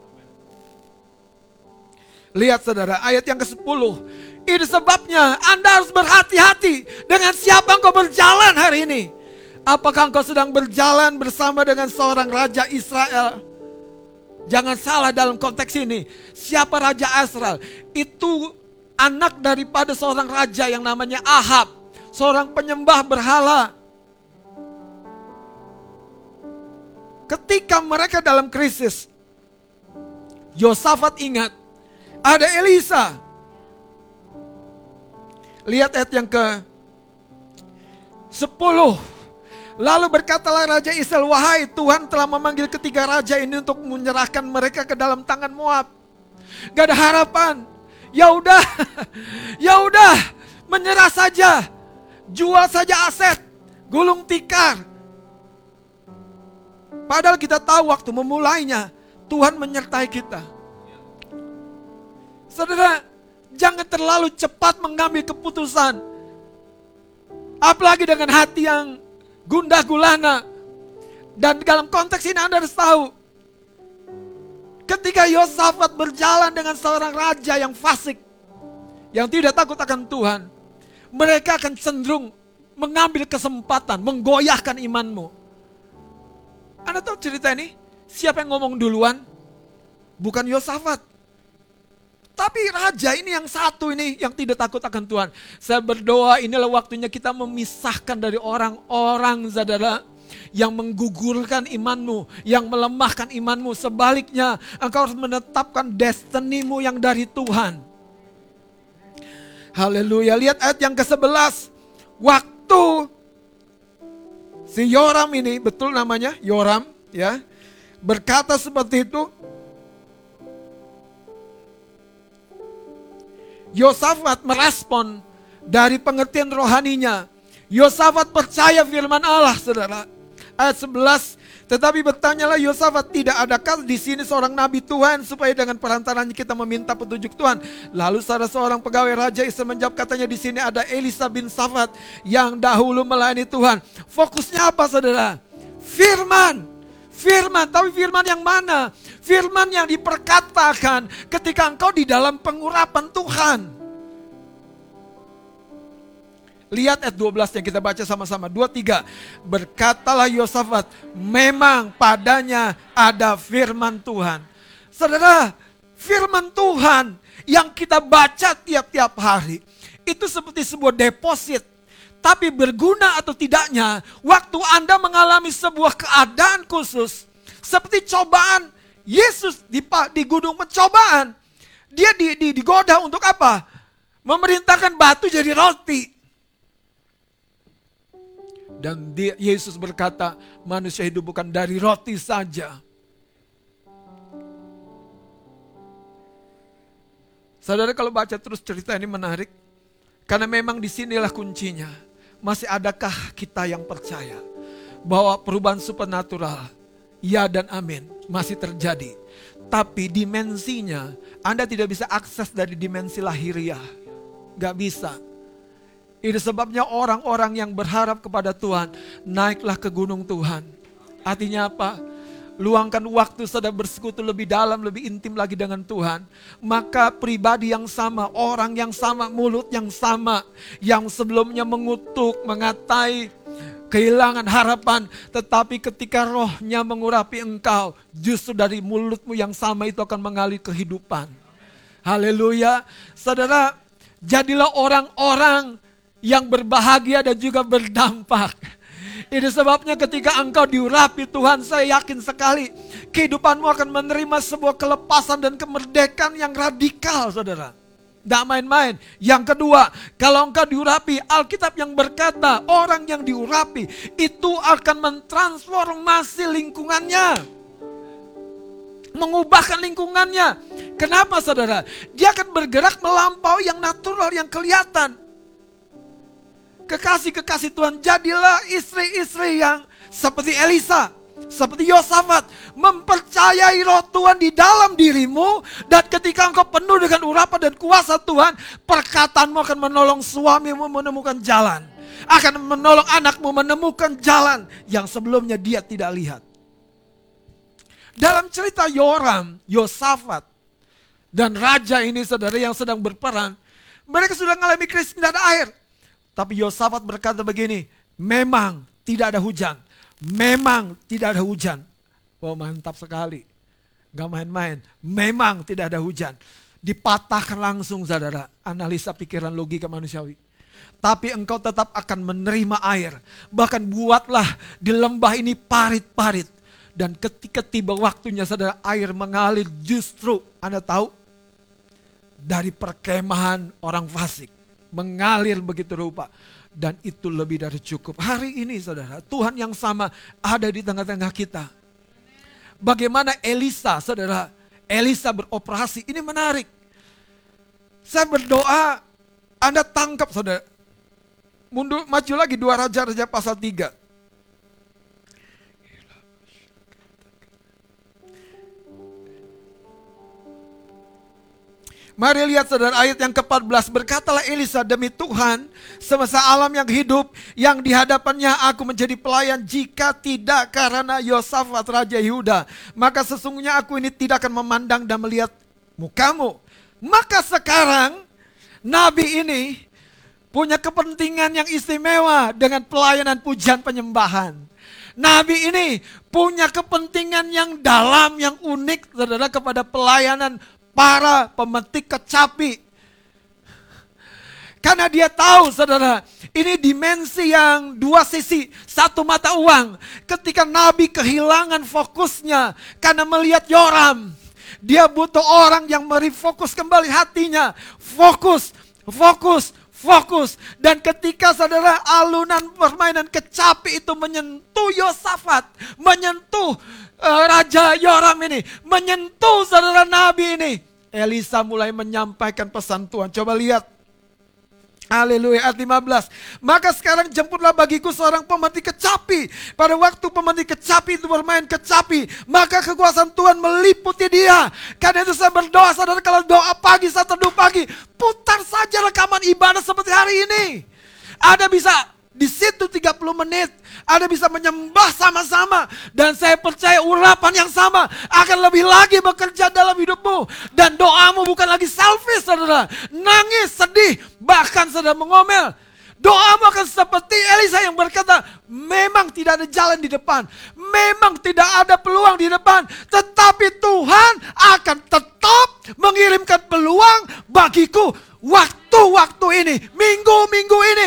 Lihat saudara, ayat yang kesepuluh. Ini sebabnya Anda harus berhati-hati dengan siapa engkau berjalan hari ini. Apakah engkau sedang berjalan bersama dengan seorang Raja Israel? Jangan salah dalam konteks ini. Siapa Raja Israel? Itu anak daripada seorang raja yang namanya Ahab. seorang penyembah berhala. Ketika mereka dalam krisis, Yosafat ingat ada Elisa. Lihat ayat yang ke sepuluh. Lalu berkatalah Raja Israel, wahai Tuhan telah memanggil ketiga raja ini untuk menyerahkan mereka ke dalam tangan Moab. Gak ada harapan. Ya udah, ya udah, menyerah saja, jual saja aset, gulung tikar. Padahal kita tahu waktu memulainya Tuhan menyertai kita. Saudara, jangan terlalu cepat mengambil keputusan, apalagi dengan hati yang gundah gulana. Dan dalam konteks ini Anda harus tahu, ketika Yosafat berjalan dengan seorang raja yang fasik, yang tidak takut akan Tuhan, mereka akan cenderung mengambil kesempatan, menggoyahkan imanmu. Anda tahu cerita ini? Siapa yang ngomong duluan? Bukan Yosafat. Tapi raja ini yang satu ini yang tidak takut akan Tuhan. Saya berdoa inilah waktunya kita memisahkan dari orang-orang, saudara, yang menggugurkan imanmu, yang melemahkan imanmu. Sebaliknya, engkau harus menetapkan destinimu yang dari Tuhan. Haleluya. Lihat ayat yang ke sebelas. Waktu si Yoram ini, betul namanya Yoram, ya, berkata seperti itu, Yosafat merespon dari pengertian rohaninya. Yosafat percaya firman Allah, saudara. Ayat sebelas, tetapi bertanyalah Yosafat, tidak adakah di sini seorang nabi Tuhan supaya dengan perantaranya kita meminta petunjuk Tuhan? Lalu salah seorang pegawai raja Israel menjawab, katanya di sini ada Elisa bin Safat yang dahulu melayani Tuhan. Fokusnya apa, saudara? Firman. Firman, tapi firman yang mana? Firman yang diperkatakan ketika engkau di dalam pengurapan Tuhan. Lihat ayat dua belas yang kita baca sama-sama. dua tiga. Berkatalah Yosafat, memang padanya ada firman Tuhan. Saudara, firman Tuhan yang kita baca tiap-tiap hari itu seperti sebuah deposit. Tapi berguna atau tidaknya, waktu Anda mengalami sebuah keadaan khusus, seperti cobaan Yesus di, di gunung pencobaan, dia di, di, digoda untuk apa? Memerintahkan batu jadi roti. Dan dia, Yesus berkata, manusia hidup bukan dari roti saja. Saudara, kalau baca terus cerita ini menarik, karena memang disinilah kuncinya. Masih adakah kita yang percaya bahwa perubahan supernatural, ya dan amin, masih terjadi. Tapi dimensinya, Anda tidak bisa akses dari dimensi lahiriah. Gak bisa. Itu sebabnya orang-orang yang berharap kepada Tuhan, naiklah ke gunung Tuhan. Artinya apa? Luangkan waktu sedang bersekutu lebih dalam, lebih intim lagi dengan Tuhan. Maka pribadi yang sama, orang yang sama, mulut yang sama, yang sebelumnya mengutuk, mengatai, kehilangan harapan. Tetapi ketika rohnya mengurapi engkau, justru dari mulutmu yang sama itu akan mengalir kehidupan. Haleluya. Saudara, jadilah orang-orang yang berbahagia dan juga berdampak. Itu sebabnya ketika engkau diurapi Tuhan, saya yakin sekali kehidupanmu akan menerima sebuah kelepasan dan kemerdekaan yang radikal, saudara. Tidak main-main. Yang kedua, kalau engkau diurapi, Alkitab yang berkata orang yang diurapi itu akan mentransformasi lingkungannya. Mengubahkan lingkungannya. Kenapa, saudara? Dia akan bergerak melampaui yang natural, yang kelihatan. Kekasih-kekasih Tuhan, jadilah istri-istri yang seperti Elisa, seperti Yosafat, mempercayai roh Tuhan di dalam dirimu. Dan ketika engkau penuh dengan urapan dan kuasa Tuhan, perkataanmu akan menolong suamimu menemukan jalan, akan menolong anakmu menemukan jalan yang sebelumnya dia tidak lihat. Dalam cerita Yoram, Yosafat, dan raja ini, saudara, yang sedang berperang, mereka sudah mengalami krisis, tidak ada air. Tapi Yosafat berkata begini, memang tidak ada hujan. Memang tidak ada hujan. Oh, mantap sekali. Gak main-main. Memang tidak ada hujan. Dipatahkan langsung, saudara. Analisa pikiran logika manusiawi. tapi engkau tetap akan menerima air. Bahkan buatlah di lembah ini parit-parit. Dan ketika tiba waktunya saudara, air mengalir justru, Anda tahu, dari perkemahan orang fasik. Mengalir begitu rupa. Dan itu lebih dari cukup. Hari ini saudara, Tuhan yang sama ada di tengah-tengah kita. Bagaimana Elisa, saudara, Elisa beroperasi, ini menarik. Saya berdoa, Anda tangkap saudara. Mundur, maju lagi dua Raja-Raja pasal tiga. Mari lihat saudara ayat yang keempat belas. Berkatalah Elisa, demi Tuhan, semesta alam yang hidup, yang di hadapannya aku menjadi pelayan, jika tidak karena Yosafat Raja Yehuda, maka sesungguhnya aku ini tidak akan memandang dan melihat mukamu. Maka sekarang Nabi ini punya kepentingan yang istimewa dengan pelayanan pujian penyembahan. Nabi ini punya kepentingan yang dalam, yang unik saudara kepada pelayanan para pemetik kecapi. Karena dia tahu saudara, ini dimensi yang dua sisi, satu mata uang. Ketika Nabi kehilangan fokusnya karena melihat Yoram, dia butuh orang yang merefokus kembali hatinya. Fokus, fokus, fokus. Dan ketika saudara alunan permainan kecapi itu menyentuh Yosafat, menyentuh uh, Raja Yoram ini, menyentuh saudara Nabi ini, Elisa mulai menyampaikan pesan Tuhan. Coba lihat. Haleluya, ayat lima belas. Maka sekarang jemputlah bagiku seorang pemetik kecapi. Pada waktu pemetik kecapi itu bermain kecapi, maka kekuasaan Tuhan meliputi dia. Karena itu saya berdoa, saudara, kalau doa pagi, saat teduh pagi, putar saja rekaman ibadah seperti hari ini. Ada bisa di situ tiga puluh menit, ada bisa menyembah sama-sama. Dan saya percaya urapan yang sama akan lebih lagi bekerja dalam hidupmu. Dan doamu bukan lagi selfish saudara, nangis, sedih, bahkan saudara mengomel. Doamu akan seperti Elisa yang berkata, memang tidak ada jalan di depan, memang tidak ada peluang di depan, tetapi Tuhan akan tetap mengirimkan peluang bagiku waktu-waktu ini, minggu-minggu ini.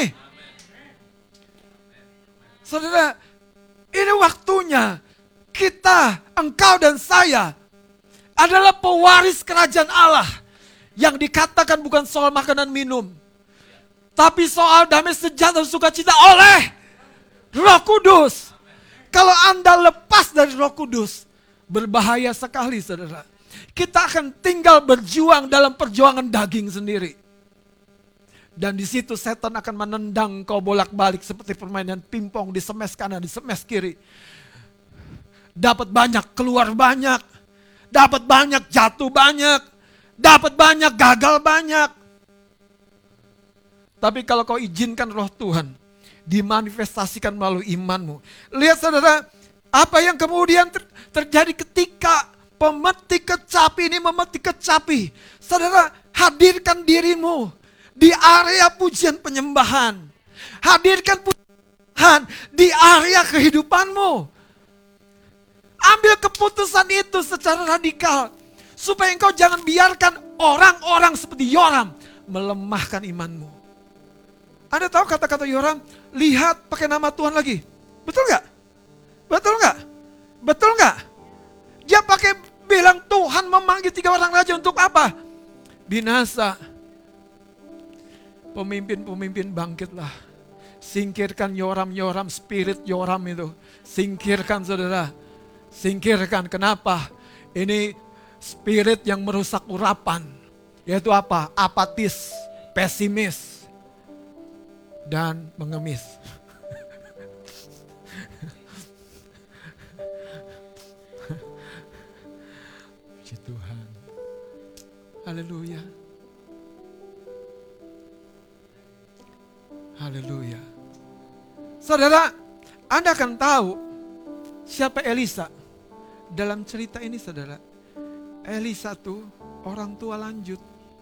Saudara, ini waktunya kita, engkau dan saya adalah pewaris kerajaan Allah. Yang dikatakan bukan soal makanan minum, tapi soal damai sejahtera dan sukacita oleh Roh Kudus. Kalau Anda lepas dari Roh Kudus, berbahaya sekali saudara. Kita akan tinggal berjuang dalam perjuangan daging sendiri. Dan di situ setan akan menendang kau bolak-balik seperti permainan pingpong, di semes kanan, di semes kiri. Dapat banyak, keluar banyak. Dapat banyak, jatuh banyak. Dapat banyak, gagal banyak. Tapi kalau kau izinkan Roh Tuhan dimanifestasikan melalui imanmu. Lihat saudara, apa yang kemudian ter- terjadi ketika pemetik kecapi ini memetik kecapi. Saudara, hadirkan dirimu di area pujian penyembahan. Hadirkan pujian di area kehidupanmu. Ambil keputusan itu secara radikal. Supaya engkau jangan biarkan orang-orang seperti Yoram melemahkan imanmu. Anda tahu kata-kata Yoram, lihat pakai nama Tuhan lagi. Betul gak? Betul gak? Betul gak? Dia pakai bilang Tuhan memanggil tiga orang raja untuk apa? Binasa. Pemimpin-pemimpin bangkitlah. Singkirkan Yoram-Yoram, spirit Yoram itu. Singkirkan saudara. Singkirkan. Kenapa? Ini spirit yang merusak urapan. Yaitu apa? Apatis, pesimis, dan mengemis. Puji Tuhan. Haleluya. Haleluya. Saudara, Anda akan tahu siapa Elisa. Dalam cerita ini saudara, Elisa tuh orang tua lanjut.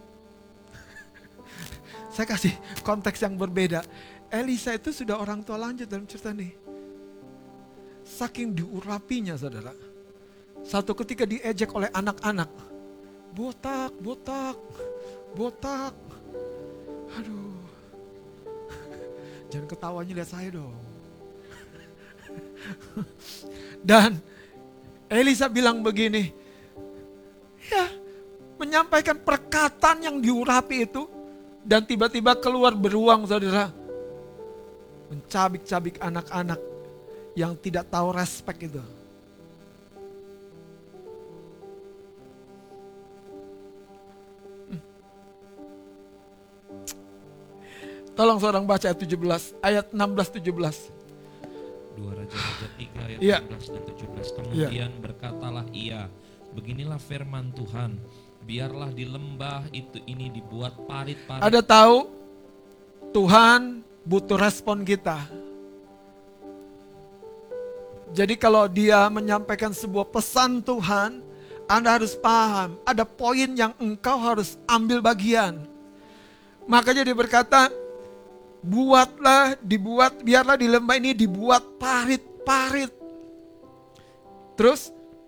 Saya kasih konteks yang berbeda. Elisa itu sudah orang tua lanjut dalam cerita ini. Saking diurapinya saudara. Satu ketika diejek oleh anak-anak. Botak, botak, botak. Aduh. Jangan ketawanya lihat saya dong. Dan Elisa bilang begini, ya menyampaikan perkataan yang diurapi itu, dan tiba-tiba keluar beruang saudara. Mencabik-cabik anak-anak yang tidak tahu respek itu. Tolong seorang baca ayat tujuh belas, ayat enam belas tujuh belas. dua Raja-Raja tiga ayat Iya. enam belas dan tujuh belas. Kemudian Iya. berkatalah ia, beginilah firman Tuhan, biarlah di lembah itu ini dibuat parit-parit. Ada tahu Tuhan butuh respon kita. Jadi kalau dia menyampaikan sebuah pesan Tuhan, Anda harus paham, ada poin yang engkau harus ambil bagian. Makanya dia berkata, buatlah, dibuat, biarlah di lembah ini dibuat parit-parit. Terus,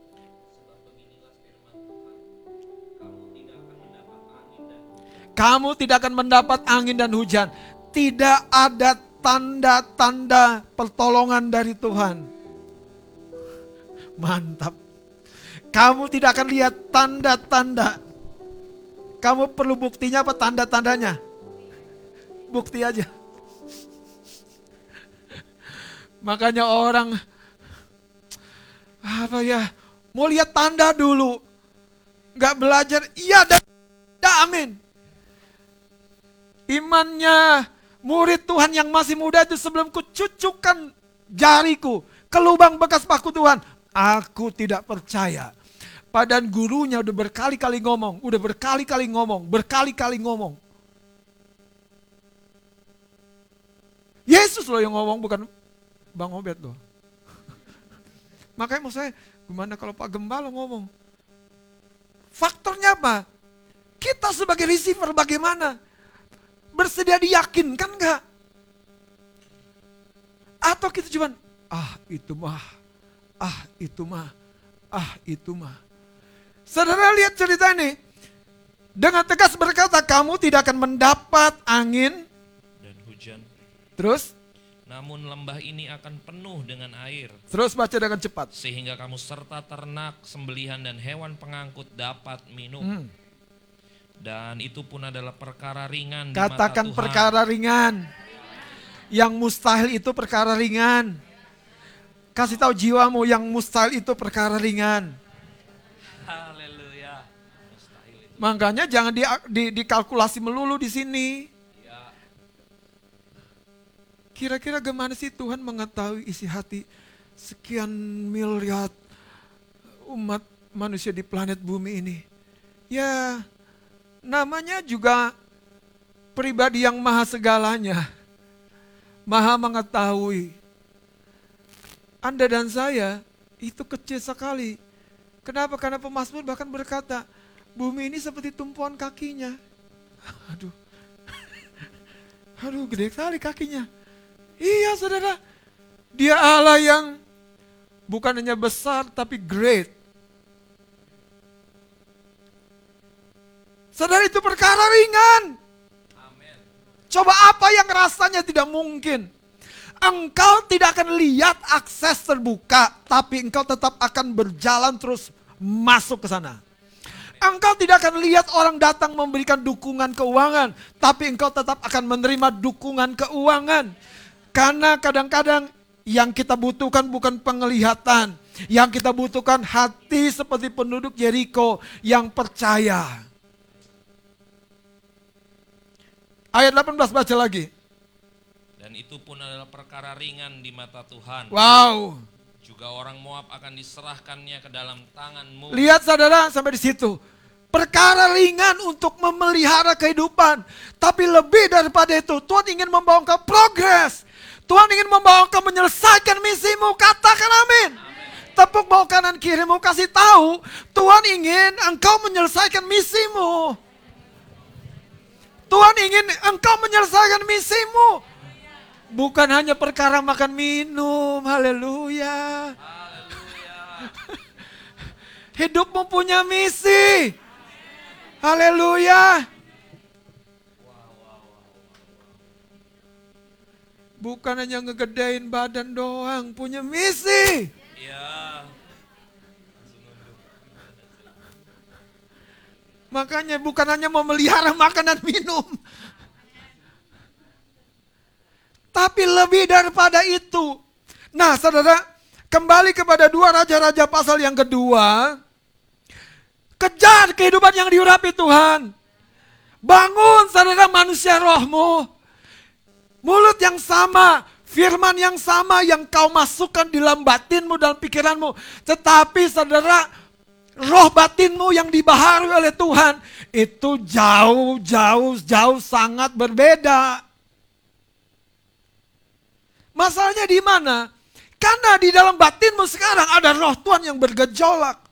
kamu tidak akan mendapat angin dan hujan. Tidak ada tanda-tanda pertolongan dari Tuhan. Mantap. Kamu tidak akan lihat tanda-tanda. Kamu perlu buktinya apa tanda-tandanya? Bukti aja. Makanya orang apa ya, mau lihat tanda dulu, nggak belajar, iya dan amin. Imannya murid Tuhan yang masih muda itu, sebelum kucucukkan jariku ke lubang bekas paku Tuhan, aku tidak percaya. Padahal gurunya udah berkali-kali ngomong, udah berkali-kali ngomong, berkali-kali ngomong. Yesus loh yang ngomong, bukan Bang Obed loh. Makanya mau saya, gimana kalau Pak Gembala ngomong? Faktornya apa? Kita sebagai receiver bagaimana? Bersedia diyakinkan enggak? Atau kita cuman, ah itu mah, ah itu mah, ah itu mah. Saudara lihat cerita ini. Dengan tegas berkata, kamu tidak akan mendapat angin dan hujan. Terus? Namun lembah ini akan penuh dengan air. Terus baca dengan cepat. Sehingga kamu serta ternak, sembelihan dan hewan pengangkut dapat minum. Hmm. Dan itu pun adalah perkara ringan di Katakan mata Tuhan. perkara ringan. Yang mustahil itu perkara ringan. Kasih tahu jiwamu, yang mustahil itu perkara ringan. Haleluya. Mustahil itu. Makanya jangan di, di, dikalkulasi melulu di sini. Kira-kira gimana sih Tuhan mengetahui isi hati sekian miliar umat manusia di planet bumi ini? Ya, namanya juga pribadi yang maha segalanya, maha mengetahui. Anda dan saya itu kecil sekali. Kenapa? Karena pemazmur bahkan berkata, bumi ini seperti tumpuan kakinya. Aduh, aduh gede sekali kakinya. Iya saudara, dia Allah yang bukan hanya besar tapi great. Saudara, itu perkara ringan. Amin. Coba apa yang rasanya tidak mungkin. Engkau tidak akan lihat akses terbuka, tapi engkau tetap akan berjalan terus masuk ke sana. Engkau tidak akan lihat orang datang memberikan dukungan keuangan, tapi engkau tetap akan menerima dukungan keuangan. Karena kadang-kadang yang kita butuhkan bukan penglihatan. Yang kita butuhkan hati seperti penduduk Yeriko yang percaya. Ayat delapan belas baca lagi. Dan itu pun adalah perkara ringan di mata Tuhan. Wow. Juga orang Moab akan diserahkannya ke dalam tanganmu. Lihat saudara sampai di situ. Perkara ringan untuk memelihara kehidupan. Tapi lebih daripada itu, Tuhan ingin membawa engkau progres. Tuhan ingin membawa engkau menyelesaikan misimu. Katakan amin. Tepuk bawah kanan kirimu, kasih tahu Tuhan ingin engkau menyelesaikan misimu. Tuhan ingin engkau menyelesaikan misimu. Bukan hanya perkara makan minum. Haleluya. Hidupmu punya misi. Haleluya. bukan hanya ngegedein badan doang, punya misi. Ya. Makanya bukan hanya memelihara makanan minum, tapi lebih daripada itu. Nah saudara, kembali kepada dua Raja-Raja pasal yang kedua. Kejar kehidupan yang diurapi Tuhan. Bangun saudara manusia rohmu. Mulut yang sama, firman yang sama yang kau masukkan di dalam batinmu, dalam pikiranmu. Tetapi saudara, roh batinmu yang dibaharui oleh Tuhan, itu jauh, jauh, jauh sangat berbeda. Masalahnya di mana? Karena di dalam batinmu sekarang ada roh Tuhan yang bergejolak.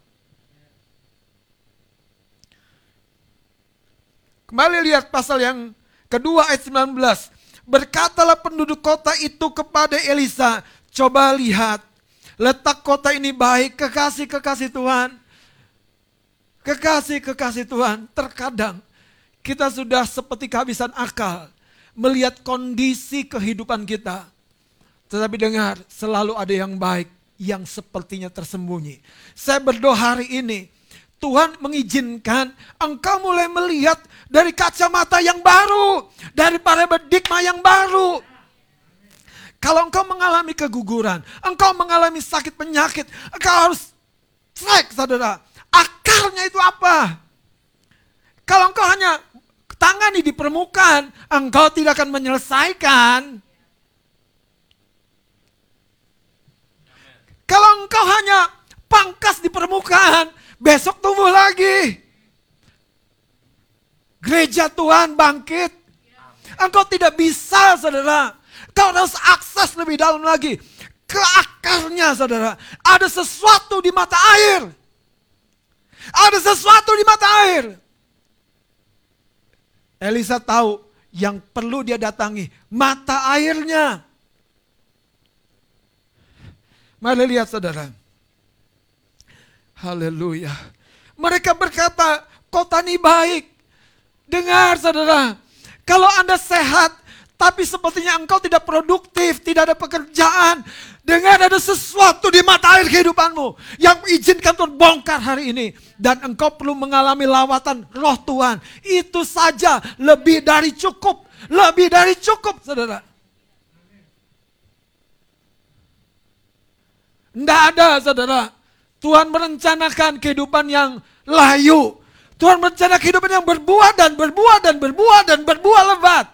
Kembali lihat pasal yang kedua ayat sembilan belas. Berkatalah penduduk kota itu kepada Elisa, coba lihat, letak kota ini baik. Kekasih-kekasih Tuhan, kekasih-kekasih Tuhan, terkadang kita sudah seperti kehabisan akal melihat kondisi kehidupan kita. Tetapi dengar, selalu ada yang baik yang sepertinya tersembunyi. Saya berdoa hari ini, Tuhan mengizinkan engkau mulai melihat dari kacamata yang baru, dari paradigma yang baru. Kalau engkau mengalami keguguran, engkau mengalami sakit penyakit, engkau harus cek saudara, akarnya itu apa? Kalau engkau hanya tangani di permukaan, engkau tidak akan menyelesaikan. Kalau engkau hanya pangkas di permukaan, besok tumbuh lagi. Gereja Tuhan bangkit. Engkau tidak bisa saudara. Kau harus akses lebih dalam lagi. Ke akarnya saudara. Ada sesuatu di mata air. Ada sesuatu di mata air. Elisa tahu yang perlu dia datangi. Mata airnya. Mari lihat saudara. Haleluya. Mereka berkata, kota ini baik. Dengar saudara, kalau Anda sehat, tapi sepertinya engkau tidak produktif, tidak ada pekerjaan. Dengar, ada sesuatu di mata air kehidupanmu yang izinkan Tuhan bongkar hari ini. Dan engkau perlu mengalami lawatan roh Tuhan. Itu saja lebih dari cukup. Lebih dari cukup saudara. Tidak ada saudara. Tuhan merencanakan kehidupan yang layu. Tuhan merencanakan kehidupan yang berbuah dan berbuah dan berbuah dan berbuah lebat.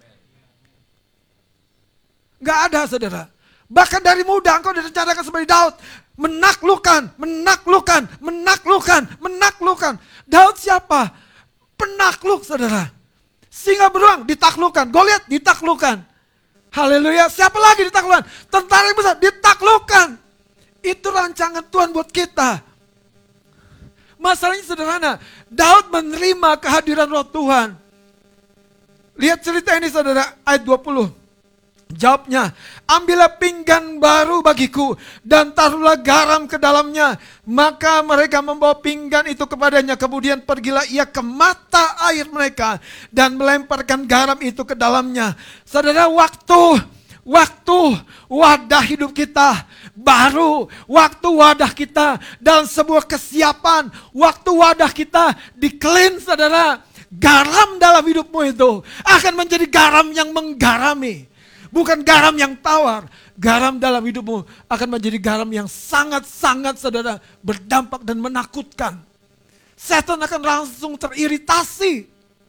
Gak ada saudara. Bahkan dari muda engkau direncanakan seperti Daud. Menaklukkan, menaklukkan, menaklukkan, menaklukkan. Daud siapa? Penakluk saudara. Singa beruang ditaklukkan. Goliat ditaklukkan. Haleluya. Siapa lagi ditaklukkan? Tentara yang besar ditaklukkan. Itu rancangan Tuhan buat kita. Masalahnya sederhana. Daud menerima kehadiran roh Tuhan. Lihat cerita ini saudara, ayat dua puluh. Jawabnya, ambillah pinggan baru bagiku dan taruhlah garam ke dalamnya. Maka mereka membawa pinggan itu kepadanya. Kemudian pergilah ia ke mata air mereka dan melemparkan garam itu ke dalamnya. Saudara, waktu Waktu wadah hidup kita baru, waktu wadah kita dalam sebuah kesiapan, waktu wadah kita di-clean saudara, garam dalam hidupmu itu akan menjadi garam yang menggarami. Bukan garam yang tawar, garam dalam hidupmu akan menjadi garam yang sangat-sangat saudara berdampak dan menakutkan. Setan akan langsung teriritasi.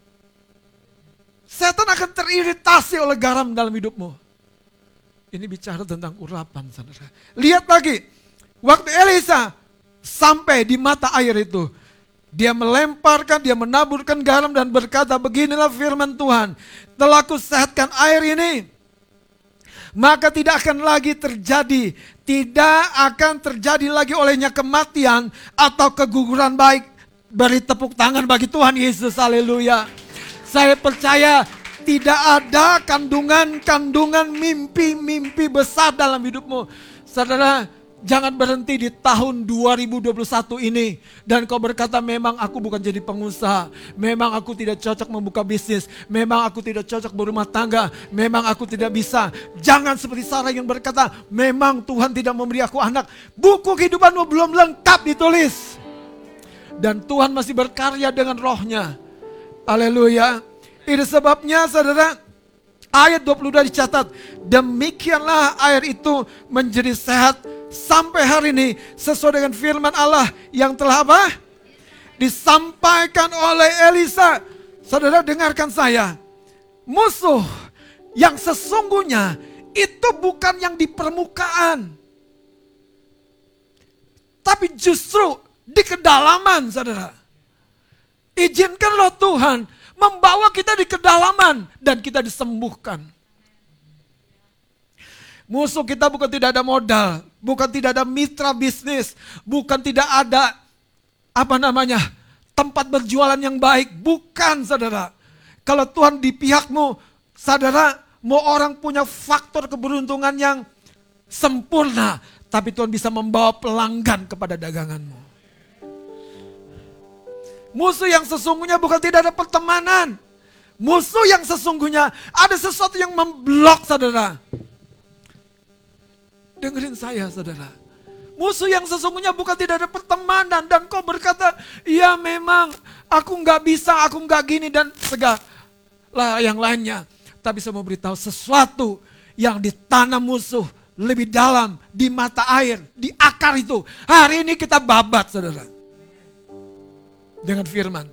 Setan akan teriritasi oleh garam dalam hidupmu. Ini bicara tentang urapan saudara. Lihat lagi. Waktu Elisa sampai di mata air itu. Dia melemparkan, dia menaburkan garam dan berkata, beginilah firman Tuhan. Telah kusehatkan air ini. Maka tidak akan lagi terjadi. Tidak akan terjadi lagi olehnya kematian atau keguguran baik. Beri tepuk tangan bagi Tuhan Yesus. Haleluya. Saya percaya tidak ada kandungan-kandungan mimpi-mimpi besar dalam hidupmu. Saudara, Jangan berhenti di tahun dua ribu dua puluh satu ini. Dan kau berkata, memang aku bukan jadi pengusaha. Memang aku tidak cocok membuka bisnis. Memang aku tidak cocok berumah tangga. Memang aku tidak bisa. Jangan seperti Sarah yang berkata, memang Tuhan tidak memberi aku anak. Buku kehidupanmu belum lengkap ditulis. Dan Tuhan masih berkarya dengan rohnya. Haleluya. Itu sebabnya saudara, ayat dua puluh dua dicatat, demikianlah air itu menjadi sehat sampai hari ini sesuai dengan firman Allah yang telah apa? Disampaikan oleh Elisa. Saudara dengarkan saya. Musuh yang sesungguhnya itu bukan yang di permukaan. Tapi justru di kedalaman, saudara. Izinkanlah Tuhan membawa kita di kedalaman dan kita disembuhkan. Musuh kita bukan tidak ada modal, bukan tidak ada mitra bisnis, bukan tidak ada apa namanya tempat berjualan yang baik, bukan saudara. Kalau Tuhan di pihakmu, saudara, mau orang punya faktor keberuntungan yang sempurna, tapi Tuhan bisa membawa pelanggan kepada daganganmu. Musuh yang sesungguhnya bukan tidak ada pertemanan. Musuh yang sesungguhnya ada sesuatu yang memblok saudara. Dengerin saya saudara. Musuh yang sesungguhnya bukan tidak ada pertemanan. Dan kau berkata, ya memang aku gak bisa, aku gak gini dan segala yang lainnya. Tapi saya mau beritahu sesuatu yang ditanam musuh lebih dalam di mata air, di akar itu. Hari ini kita babat saudara. Dengan firman.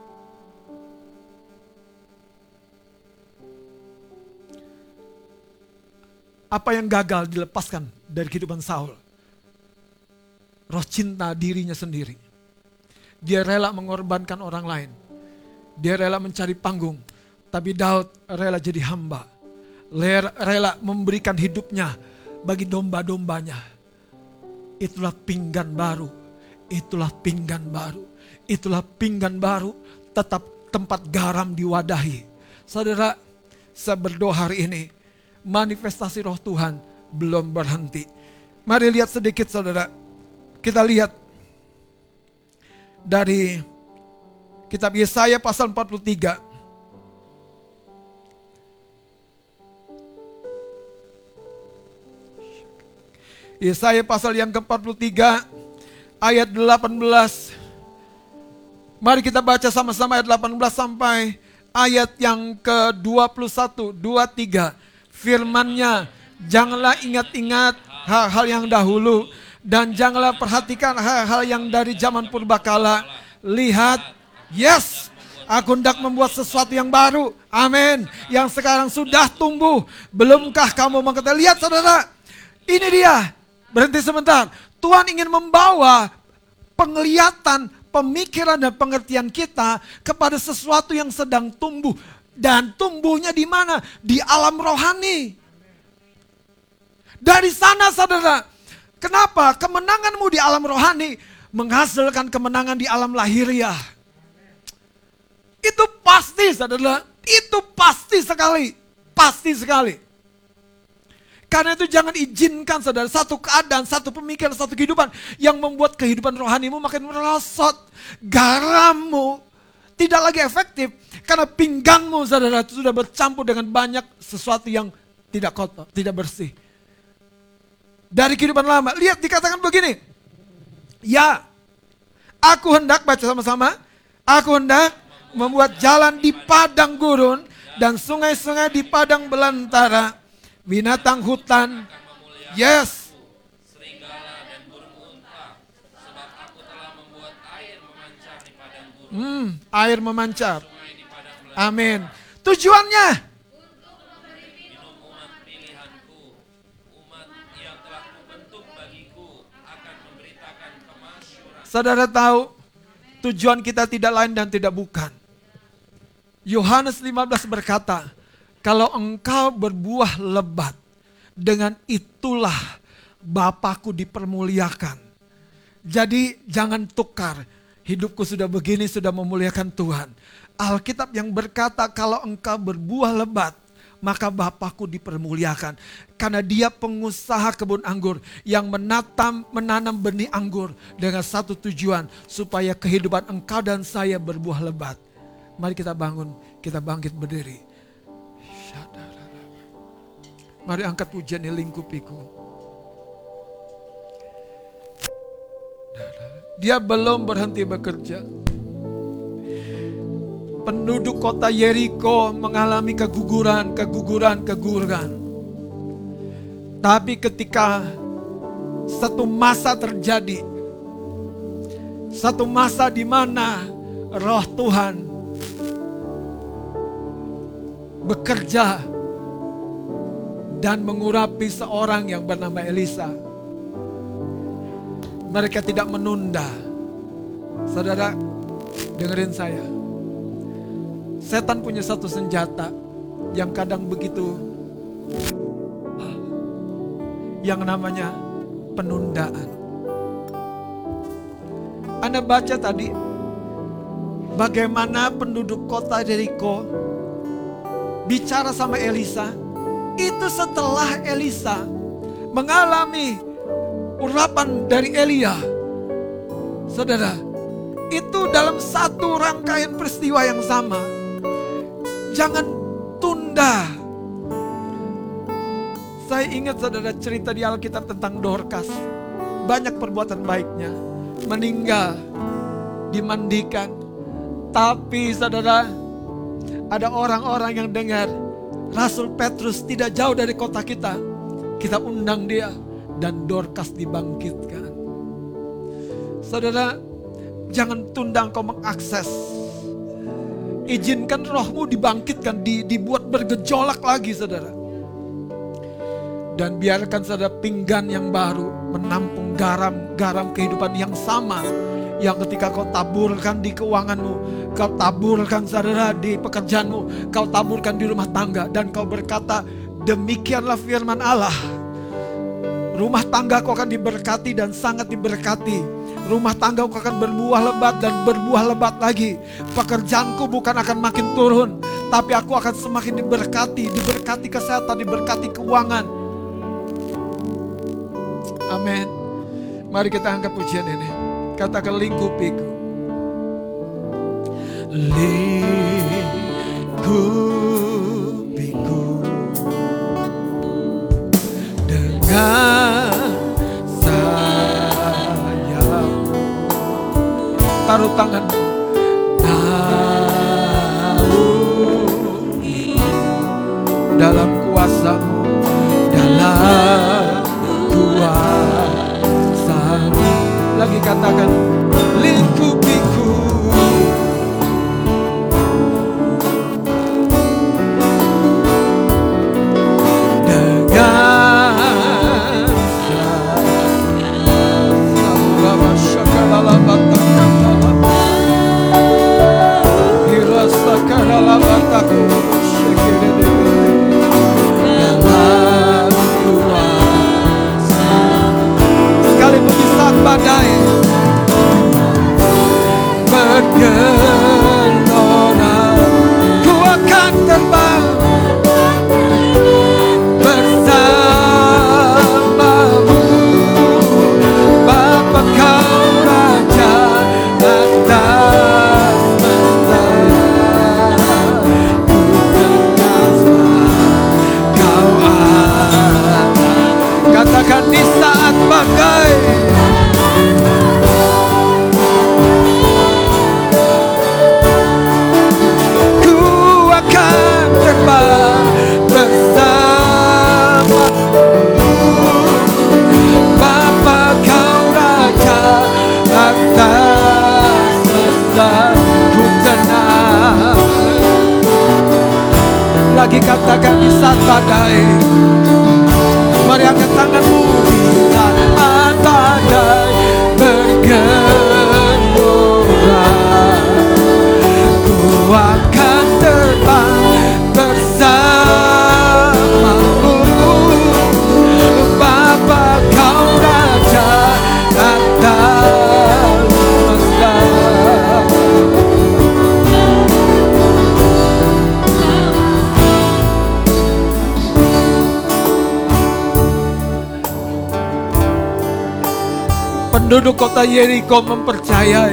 Apa yang gagal dilepaskan dari kehidupan Saul? Roh cinta dirinya sendiri. Dia rela mengorbankan orang lain. Dia rela mencari panggung. Tapi Daud rela jadi hamba. Rela memberikan hidupnya bagi domba-dombanya. Itulah pinggan baru. Itulah pinggan baru. Itulah pinggan baru, tetap tempat garam diwadahi. Saudara, saya berdoa hari ini, manifestasi roh Tuhan belum berhenti. Mari lihat sedikit saudara. Kita lihat dari kitab Yesaya pasal empat puluh tiga. Yesaya pasal yang ke empat puluh tiga, ayat delapan belas. Mari kita baca sama-sama ayat delapan belas sampai ayat yang ke dua puluh satu, dua puluh tiga. Firman-Nya, janganlah ingat-ingat hal-hal yang dahulu dan janganlah perhatikan hal-hal yang dari zaman purbakala. Lihat, yes, aku hendak membuat sesuatu yang baru. Amin. Yang sekarang sudah tumbuh. Belumkah kamu mengetahui? Lihat saudara, ini dia. Berhenti sebentar. Tuhan ingin membawa penglihatan, pemikiran dan pengertian kita kepada sesuatu yang sedang tumbuh. Dan tumbuhnya di mana? Di alam rohani. Dari sana saudara. Kenapa? Kemenanganmu di alam rohani menghasilkan kemenangan di alam lahiriah. Itu pasti saudara. Itu pasti sekali. Pasti sekali. Karena itu jangan izinkan saudara satu keadaan, satu pemikiran, satu kehidupan yang membuat kehidupan rohanimu makin merosot. Garammu tidak lagi efektif karena pingganmu saudara sudah bercampur dengan banyak sesuatu yang tidak kotor, tidak bersih. Dari kehidupan lama, lihat dikatakan begini. Ya, aku hendak, baca sama-sama. Aku hendak membuat jalan di padang gurun dan sungai-sungai di padang belantara. Binatang hutan, yes. Serigala dan burung unta, sebab aku telah membuat air memancar di padang gurun. Hmm, air memancar. Amin. Tujuannya untuk memberi minum umat pilihanku, umat yang telah kubentuk bagiku, akan memberitakan kemasyhuran. Saudara tahu, tujuan kita tidak lain dan tidak bukan. Yohanes lima belas berkata, kalau engkau berbuah lebat, dengan itulah Bapakku dipermuliakan. Jadi jangan tukar, hidupku sudah begini, sudah memuliakan Tuhan. Alkitab yang berkata kalau engkau berbuah lebat, maka Bapakku dipermuliakan. Karena dia pengusaha kebun anggur yang menatam, menanam benih anggur dengan satu tujuan, supaya kehidupan engkau dan saya berbuah lebat. Mari kita bangun, kita bangkit berdiri. Mari angkat pujian ini, lingkupiku. Dia belum berhenti bekerja. Penduduk kota Yeriko mengalami keguguran, keguguran, keguguran. Tapi ketika satu masa terjadi, satu masa di mana Roh Tuhan bekerja dan mengurapi seorang yang bernama Elisa. Mereka tidak menunda. Saudara, dengerin saya. Setan punya satu senjata yang kadang begitu, yang namanya penundaan. Anda baca tadi bagaimana penduduk kota Yeriko bicara sama Elisa. Itu setelah Elisa mengalami urapan dari Elia. Saudara, itu dalam satu rangkaian peristiwa yang sama. Jangan tunda. Saya ingat saudara cerita di Alkitab tentang Dorcas. Banyak perbuatan baiknya. Meninggal, dimandikan. Tapi saudara, ada orang-orang yang dengar Rasul Petrus tidak jauh dari kota kita. Kita undang dia dan Dorcas dibangkitkan. Saudara, jangan tunda engkau mengakses. Izinkan rohmu dibangkitkan, di, dibuat bergejolak lagi saudara. Dan biarkan saudara pinggan yang baru menampung garam-garam kehidupan yang sama. Yang ketika kau taburkan di keuanganmu, kau taburkan saudara di pekerjaanmu, kau taburkan di rumah tangga, dan kau berkata, demikianlah firman Allah. Rumah tangga kau akan diberkati dan sangat diberkati. Rumah tangga kau akan berbuah lebat dan berbuah lebat lagi. Pekerjaanku bukan akan makin turun, tapi aku akan semakin diberkati. Diberkati kesehatan, diberkati keuangan. Amin. Mari kita angkat pujian ini. Katakan, lingkupiku. Lingkupiku dengan sayap. Taruh tanganmu. Naungi dalam kuasamu, dalam kuasamu. Lagi katakan, lingkupiku. Dengan Salama Shakalala Batakala Hirasa Karala Bataku Shekere dalam kuasa. Sekalipun di saat badai bergelora, ku akan terbang bersamamu. Bapa kau raja atas semesta, ku kenal kau ada. Katakan, di saat badai terbang bersama. Bapa kau raja atas semesta, ku tenang. Lagi katakan, di saat badai. Mari angkat tanganmu. Di saat badai bergelora, ku akan terbang bersamamu. Bapa kau raja atas semesta. Penduduk kota Yeriko mempercayai,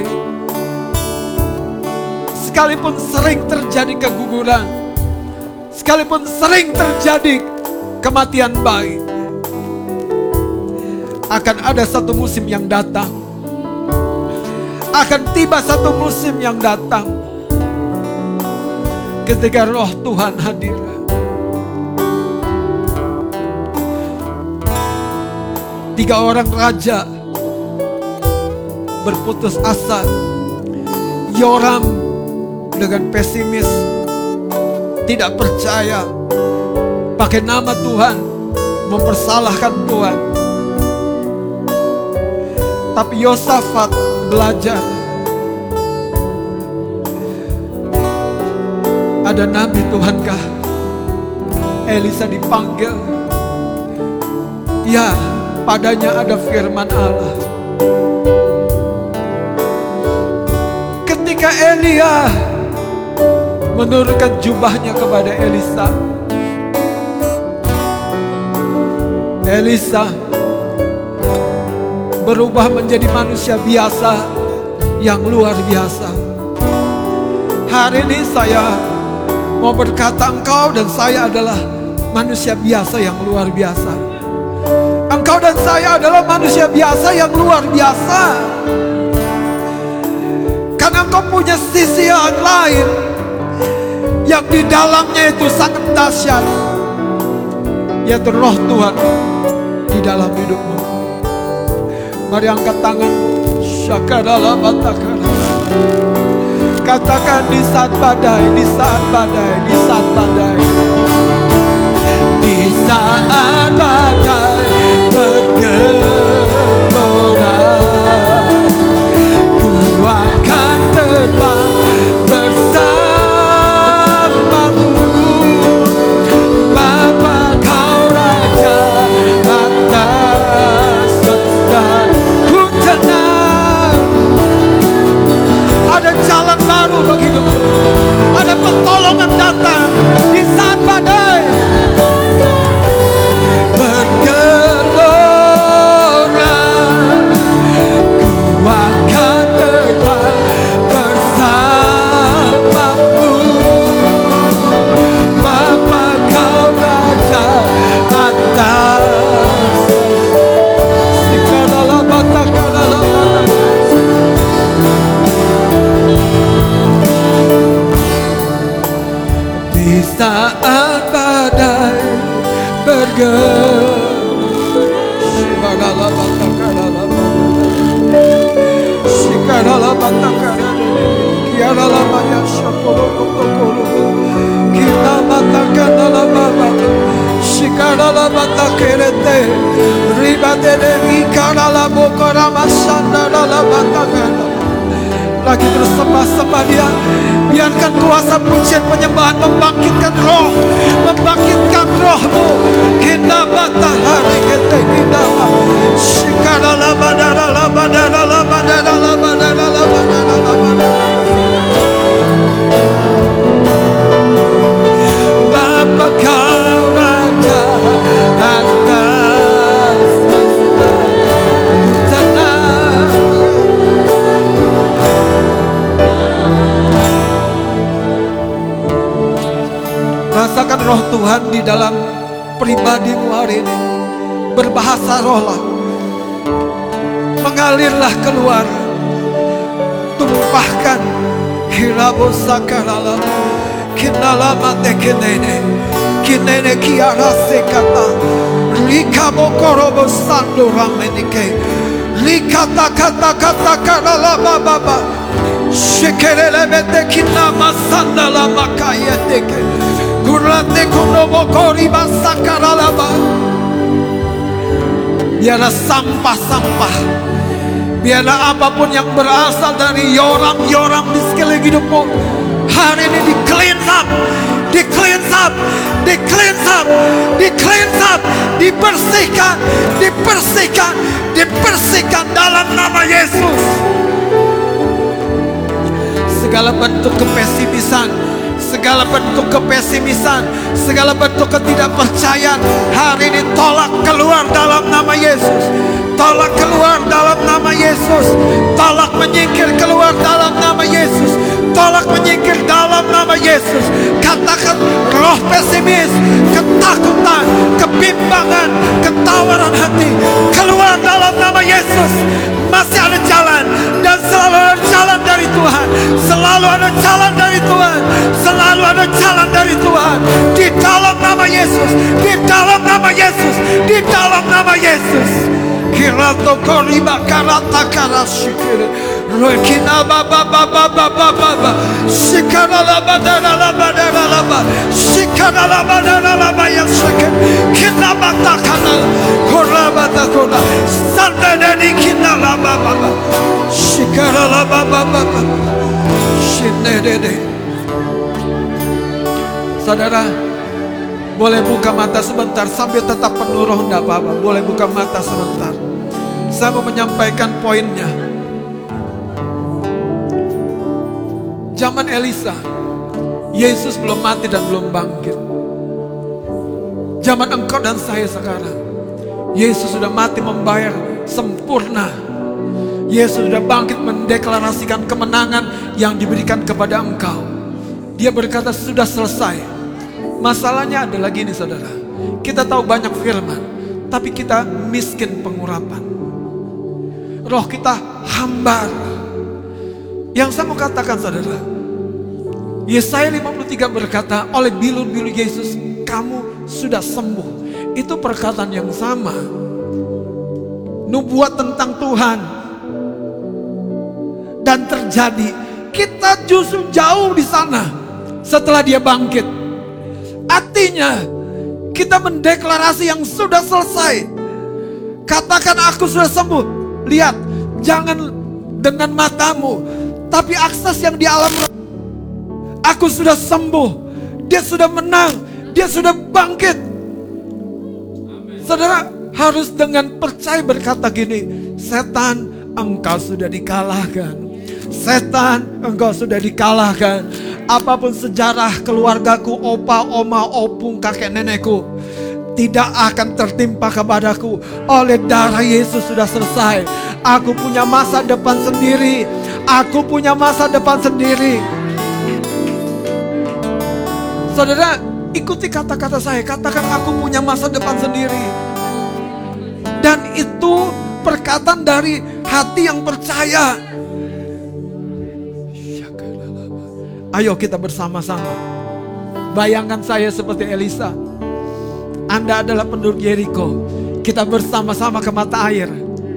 sekalipun sering terjadi keguguran, sekalipun sering terjadi kematian bayi, akan ada satu musim yang datang, akan tiba satu musim yang datang ketika Roh Tuhan hadir. Tiga orang raja berputus asa. Yoram dengan pesimis, tidak percaya, pakai nama Tuhan, mempersalahkan Tuhan. Tapi Yosafat belajar. Ada nabi Tuhankah? Elisa dipanggil. Ya, padanya ada firman Allah. Ketika Elia menurunkan jubahnya kepada Elisa, Elisa berubah menjadi manusia biasa yang luar biasa. Hari ini saya mau berkata, engkau dan saya adalah manusia biasa yang luar biasa. Engkau dan saya adalah manusia biasa yang luar biasa. Karena engkau punya sisi yang lain, yang di dalamnya itu sangat dahsyat, yaitu Roh Tuhan di dalam hidupmu. Mari angkat tangan. Katakan, di saat badai, di saat badai, di saat badai, di saat badai bergelora, ku akan terbang bersamamu. Bapa kau raja atas semesta. Ku tenang, ada jalan baru bagi hidupmu, ada pertolongan datang di saat badai bergelora. Ku akan terbang bersamamu. Bapa kau raja atas segala bata segala bata. Di saat badai bergelora, segala bata segala bata, segala bata segala kiara lama ya shapolo kotokoro, kita bata segala bata, segala bata kerete, ribate de ikara la bokora masanda la bata segala. Lagi terus sembah-sembah Dia. Biarkan kuasa pujian penyembahan membangkitkan roh, membangkitkan rohmu. Kita matahari kita kita shikara la badara la badara la badara la badara la badara la badara. Bapa kau raja atas semesta. Tenang, rasakan Roh Tuhan di dalam pribadimu hari ini. Berbahasa rohlah, mengalirlah keluar, tumpahkan kirabo sakarala kinala mate kinene kinene kiara sekata likabo korobo sando ramenike likata kata kata karala baba shekerele bete kinama sandala makayeteke kurate kunobo koriba sakarala ba. Biarlah sampah-sampah, biarlah apapun yang berasal dari yoram-yoram di sekeliling hidupmu hari ini di cleanse up, di cleanse up, di cleanse up, di cleanse up, dibersihkan, dibersihkan, dibersihkan dalam nama Yesus. Segala bentuk kepesimisan, segala bentuk kepesimisan, segala bentuk ketidakpercayaan hari ini tolak keluar dalam nama Yesus. Tolak keluar dalam nama pesimis, ketakutan, kebimbangan, ketawaran hati, keluar dalam nama Yesus. Masih ada jalan, dan selalu ada jalan dari Tuhan. Selalu ada jalan dari Tuhan. Selalu ada jalan dari Tuhan. Di dalam nama Yesus, di dalam nama Yesus, di dalam nama Yesus. Kirato koriba karata karashikir. Rekina baba baba baba baba. Shikara la badara la badara la ba. Shikara la badara la ba yashike. Kina bata kana. Korabata kona. Sandani kina la baba baba. Shikara la baba baba. Shinede. Saudara, boleh buka mata sebentar sambil tetap penuh roh, enggak apa-apa. Boleh buka mata sebentar. Saya mau menyampaikan poinnya. Zaman Elisa, Yesus belum mati dan belum bangkit. Zaman engkau dan saya sekarang, Yesus sudah mati membayar sempurna. Yesus sudah bangkit mendeklarasikan kemenangan yang diberikan kepada engkau. Dia berkata sudah selesai. Masalahnya adalah gini saudara, kita tahu banyak firman, tapi kita miskin pengurapan. Roh kita hambar. Yang saya mau katakan saudara, Yesaya lima puluh tiga berkata, oleh bilur-bilur Yesus kamu sudah sembuh. Itu perkataan yang sama. Nubuat tentang Tuhan. Dan terjadi. Kita justru jauh di sana setelah dia bangkit. Artinya kita mendeklarasi yang sudah selesai. Katakan aku sudah sembuh. Lihat, jangan dengan matamu, tapi akses yang di alam. Aku sudah sembuh. Dia sudah menang. Dia sudah bangkit. Saudara harus dengan percaya berkata gini, setan engkau sudah dikalahkan. Setan engkau sudah dikalahkan. Apapun sejarah keluargaku, opa, oma, opung, kakek nenekku, tidak akan tertimpa kepadaku. Oleh darah Yesus sudah selesai. Aku punya masa depan sendiri. Aku punya masa depan sendiri. Saudara, ikuti kata-kata saya. Katakan aku punya masa depan sendiri. Dan itu perkataan dari hati yang percaya. Ayo kita bersama-sama. Bayangkan saya seperti Elisa. Anda adalah penduduk Yeriko. Kita bersama-sama ke mata air.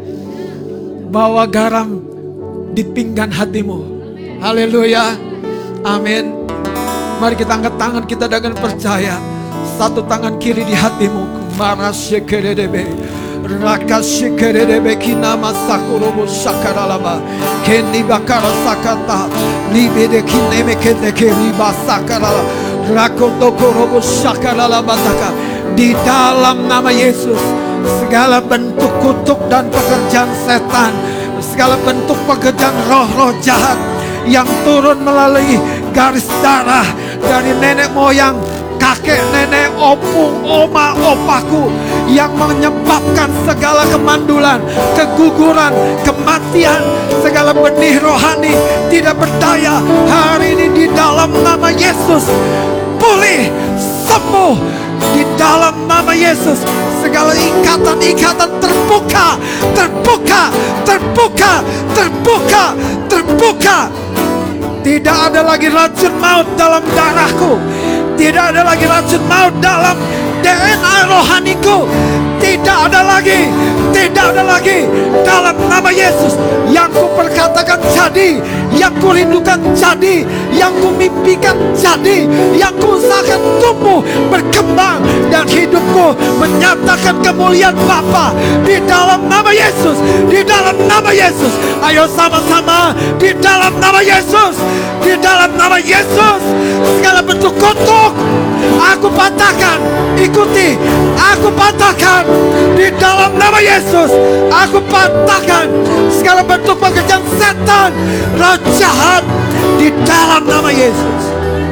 Bawa garam di pinggan hatimu. Haleluya. Amin. Mari kita angkat tangan kita dengan percaya. Satu tangan kiri di hatimu. Marasyekerebe. Rakasyekerebe kinama sakurobo sakaralaba. Keni bakara sakata. Libede kineme kedeke riba sakarala. Rakotokorobo sakaralaba taka. Di dalam nama Yesus, segala bentuk kutuk dan pekerjaan setan, segala bentuk pekerjaan roh-roh jahat yang turun melalui garis darah dari nenek moyang, kakek, nenek, opung, oma, opaku, yang menyebabkan segala kemandulan, keguguran, kematian, segala benih rohani tidak berdaya. Hari ini di dalam nama Yesus pulih, sembuh. Di dalam nama Yesus, segala ikatan-ikatan terbuka, terbuka, terbuka, terbuka, terbuka. Tidak ada lagi racun maut dalam darahku. Tidak ada lagi racun maut dalam D N A rohaniku. Tidak ada lagi, tidak ada lagi. Dalam nama Yesus, yang ku perkatakan jadi, yang ku rindukan jadi, yang ku mimpikan jadi, yang ku usahakan tumbuh, berkembang, dan hidupku menyatakan kemuliaan Bapa. Di dalam nama Yesus, di dalam nama Yesus. Ayo sama-sama, di dalam nama Yesus, di dalam nama Yesus. Segala bentuk kutuk aku patahkan. Ikuti, aku patahkan. Di dalam nama Yesus, aku patahkan segala bentuk pekerjaan setan, roh jahat. Di dalam nama Yesus.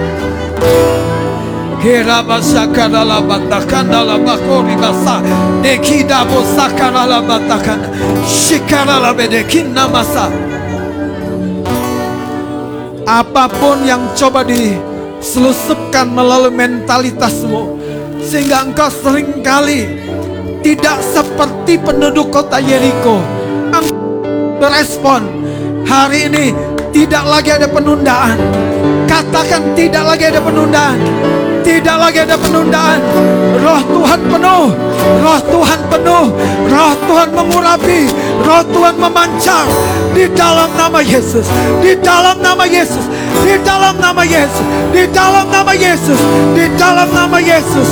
Kira basaka dalam batakan dalam bakori basa, nekida bosaka dalam batakan, shikara la bedekin namasa. Apapun yang coba di selusupkan melalui mentalitasmu, sehingga engkau seringkali tidak seperti penduduk kota Yeriko. Engkau berespon hari ini, tidak lagi ada penundaan. Katakan tidak lagi ada penundaan. Tidak lagi ada penundaan. Roh Tuhan penuh, Roh Tuhan penuh, Roh Tuhan mengurapi, Roh Tuhan memancar di dalam nama Yesus, di dalam nama Yesus, di dalam nama Yesus, di dalam nama Yesus, di dalam nama Yesus.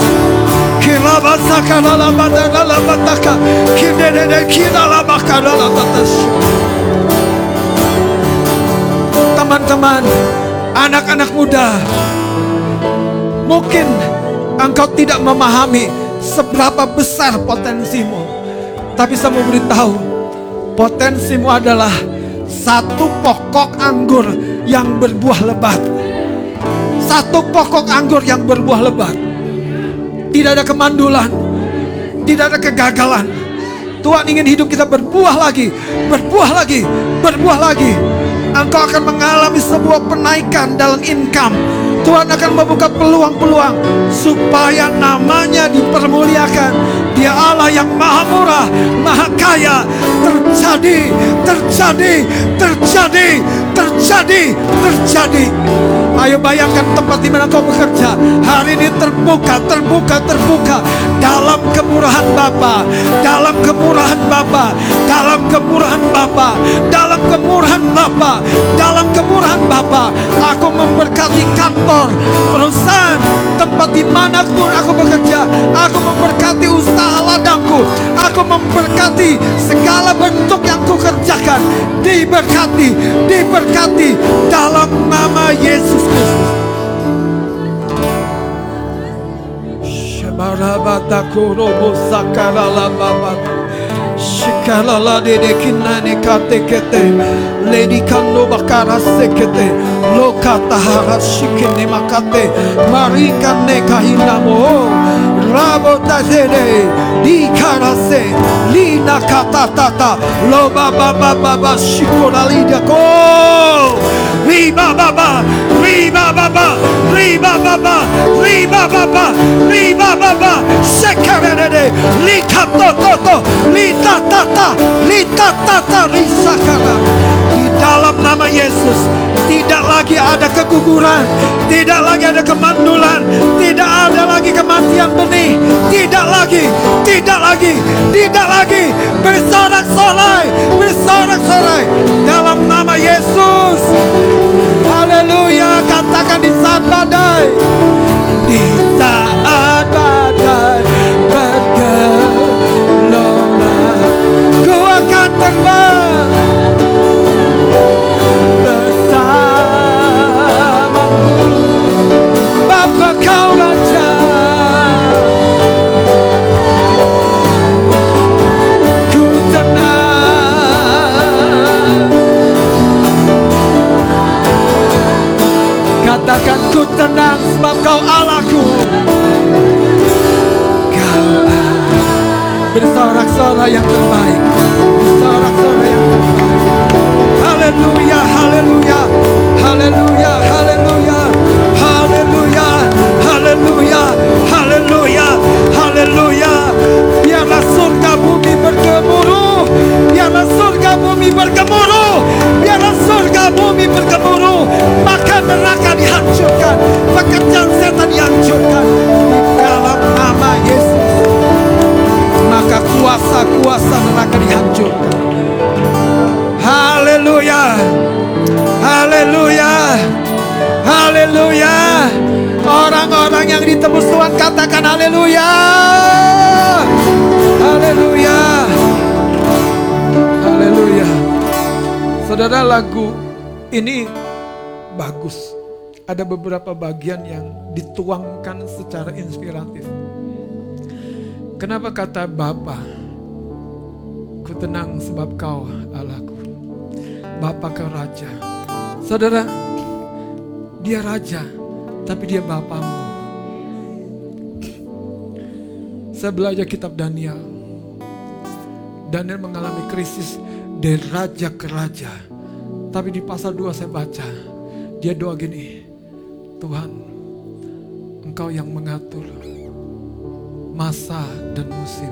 Teman-teman, anak-anak muda, mungkin engkau tidak memahami seberapa besar potensimu, tapi saya mau beritahu, potensimu adalah satu pokok anggur yang berbuah lebat. Satu pokok anggur yang berbuah lebat. Tidak ada kemandulan, tidak ada kegagalan. Tuhan ingin hidup kita berbuah lagi, berbuah lagi, berbuah lagi. Engkau akan mengalami sebuah penaikan dalam income. Tuhan akan membuka peluang-peluang supaya namanya dipermuliakan. Dia Allah yang maha murah, maha kaya. Terjadi, terjadi, terjadi, terjadi, terjadi. Ayo bayangkan tempat di mana kau bekerja hari ini terbuka, terbuka, terbuka dalam kemurahan Bapa, dalam kemurahan Bapa, dalam kemurahan Bapa, dalam kemurahan Bapa, dalam kemurahan Bapa. Aku memberkati kantor, perusahaan, tempat di mana pun aku bekerja. Aku memberkati usaha ladangku. Aku memberkati segala bentuk yang ku kerjakan. Diberkati, diberkati dalam nama Yesus Kristus. Shabarabata kurobo sakarala baba. Shikarala dede kinane kate kete. Lady kando bakara sekete. Lokata hara shikene makate. Marika ne kahinamo. Rabo tazede. Di karase. Lina kata tata. Lo baba baba baba shikoralida ko. Riba baba, riba baba, riba baba, riba baba, riba baba, sekarede, lita toto, lita tata, lita tata, risakara. Di dalam nama Yesus, tidak lagi ada keguguran, tidak lagi ada kemandulan, tidak ada lagi kematian benih, tidak lagi, tidak lagi, tidak lagi, bersorak-sorai, bersorak-sorai dalam nama Yesus. Haleluya, katakan di saat badai, di saat badai bergelora, ku akan terbang bersamamu, Bapa kau Raja. Ku tenang, katakan ku tenang sebab kau Allahku. Kau bersorak-sorai yang terbaik, bersorak-sorai yang terbaik. Haleluya, haleluya, haleluya, haleluya, haleluya, haleluya, haleluya, haleluya. Biarlah surga bumi bergemuruh, biarlah surga bumi bergemuruh, biarlah surga bumi bergemuruh. Maka neraka dihancurkan, pekerjaan setan dihancurkan di dalam nama Yesus. Maka kuasa-kuasa neraka dihancurkan. Haleluya, haleluya, haleluya. Orang-orang yang ditebus Tuhan katakan haleluya, haleluya, haleluya. Saudara, lagu ini bagus. Ada beberapa bagian yang dituangkan secara inspiratif. Kenapa kata Bapa? Ku tenang sebab kau Allahku. Bapa kau Raja. Saudara, dia Raja, tapi dia Bapamu. Saya belajar kitab Daniel. Daniel mengalami krisis dari raja ke raja. Tapi di pasal dua saya baca, dia doa gini, Tuhan, Engkau yang mengatur masa dan musim.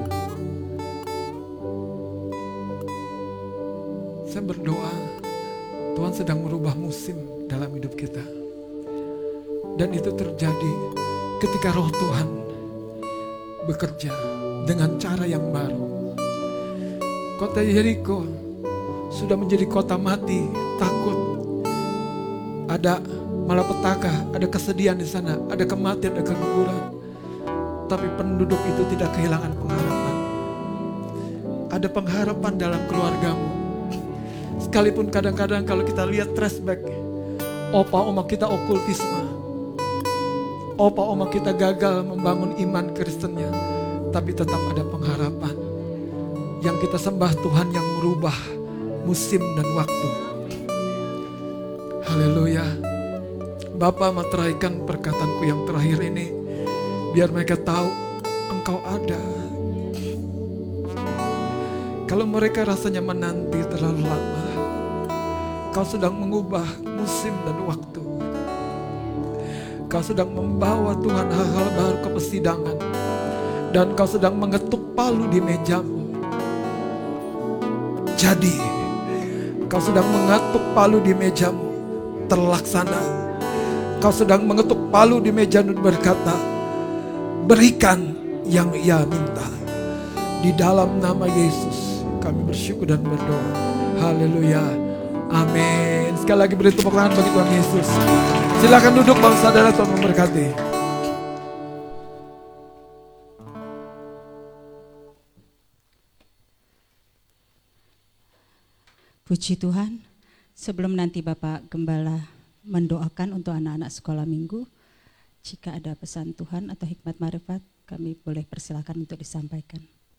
Saya berdoa Tuhan sedang merubah musim dalam hidup kita. Dan itu terjadi ketika Roh Tuhan bekerja dengan cara yang baru. Kota Yeriko sudah menjadi kota mati, takut. Ada malapetaka, ada kesedihan di sana, ada kematian, ada keguguran. Tapi penduduk itu tidak kehilangan pengharapan. Ada pengharapan dalam keluargamu. Sekalipun kadang-kadang kalau kita lihat flashback, opa oma kita okultisme, opa oma kita gagal membangun iman Kristennya, tapi tetap ada pengharapan. Yang kita sembah Tuhan yang merubah musim dan waktu. Haleluya. Bapa, materaikan perkataanku yang terakhir ini, biar mereka tahu Engkau ada. Kalau mereka rasanya menanti terlalu lama, Kau sedang mengubah musim dan waktu. Kau sedang membawa Tuhan hal-hal baru ke persidangan. Dan Kau sedang mengetuk palu di mejamu. Jadi, Kau sedang mengetuk palu di mejamu, terlaksana. Kau sedang mengetuk palu di meja dan berkata, berikan yang ia minta. Di dalam nama Yesus kami bersyukur dan berdoa. Haleluya. Amin. Sekali lagi beri tepuk tangan bagi Tuhan Yesus. Silakan duduk bangsa saudara, Tuhan memberkati. Puji Tuhan. Sebelum nanti Bapak Gembala mendoakan untuk anak-anak sekolah minggu, jika ada pesan Tuhan atau hikmat marifat, kami boleh persilakan untuk disampaikan.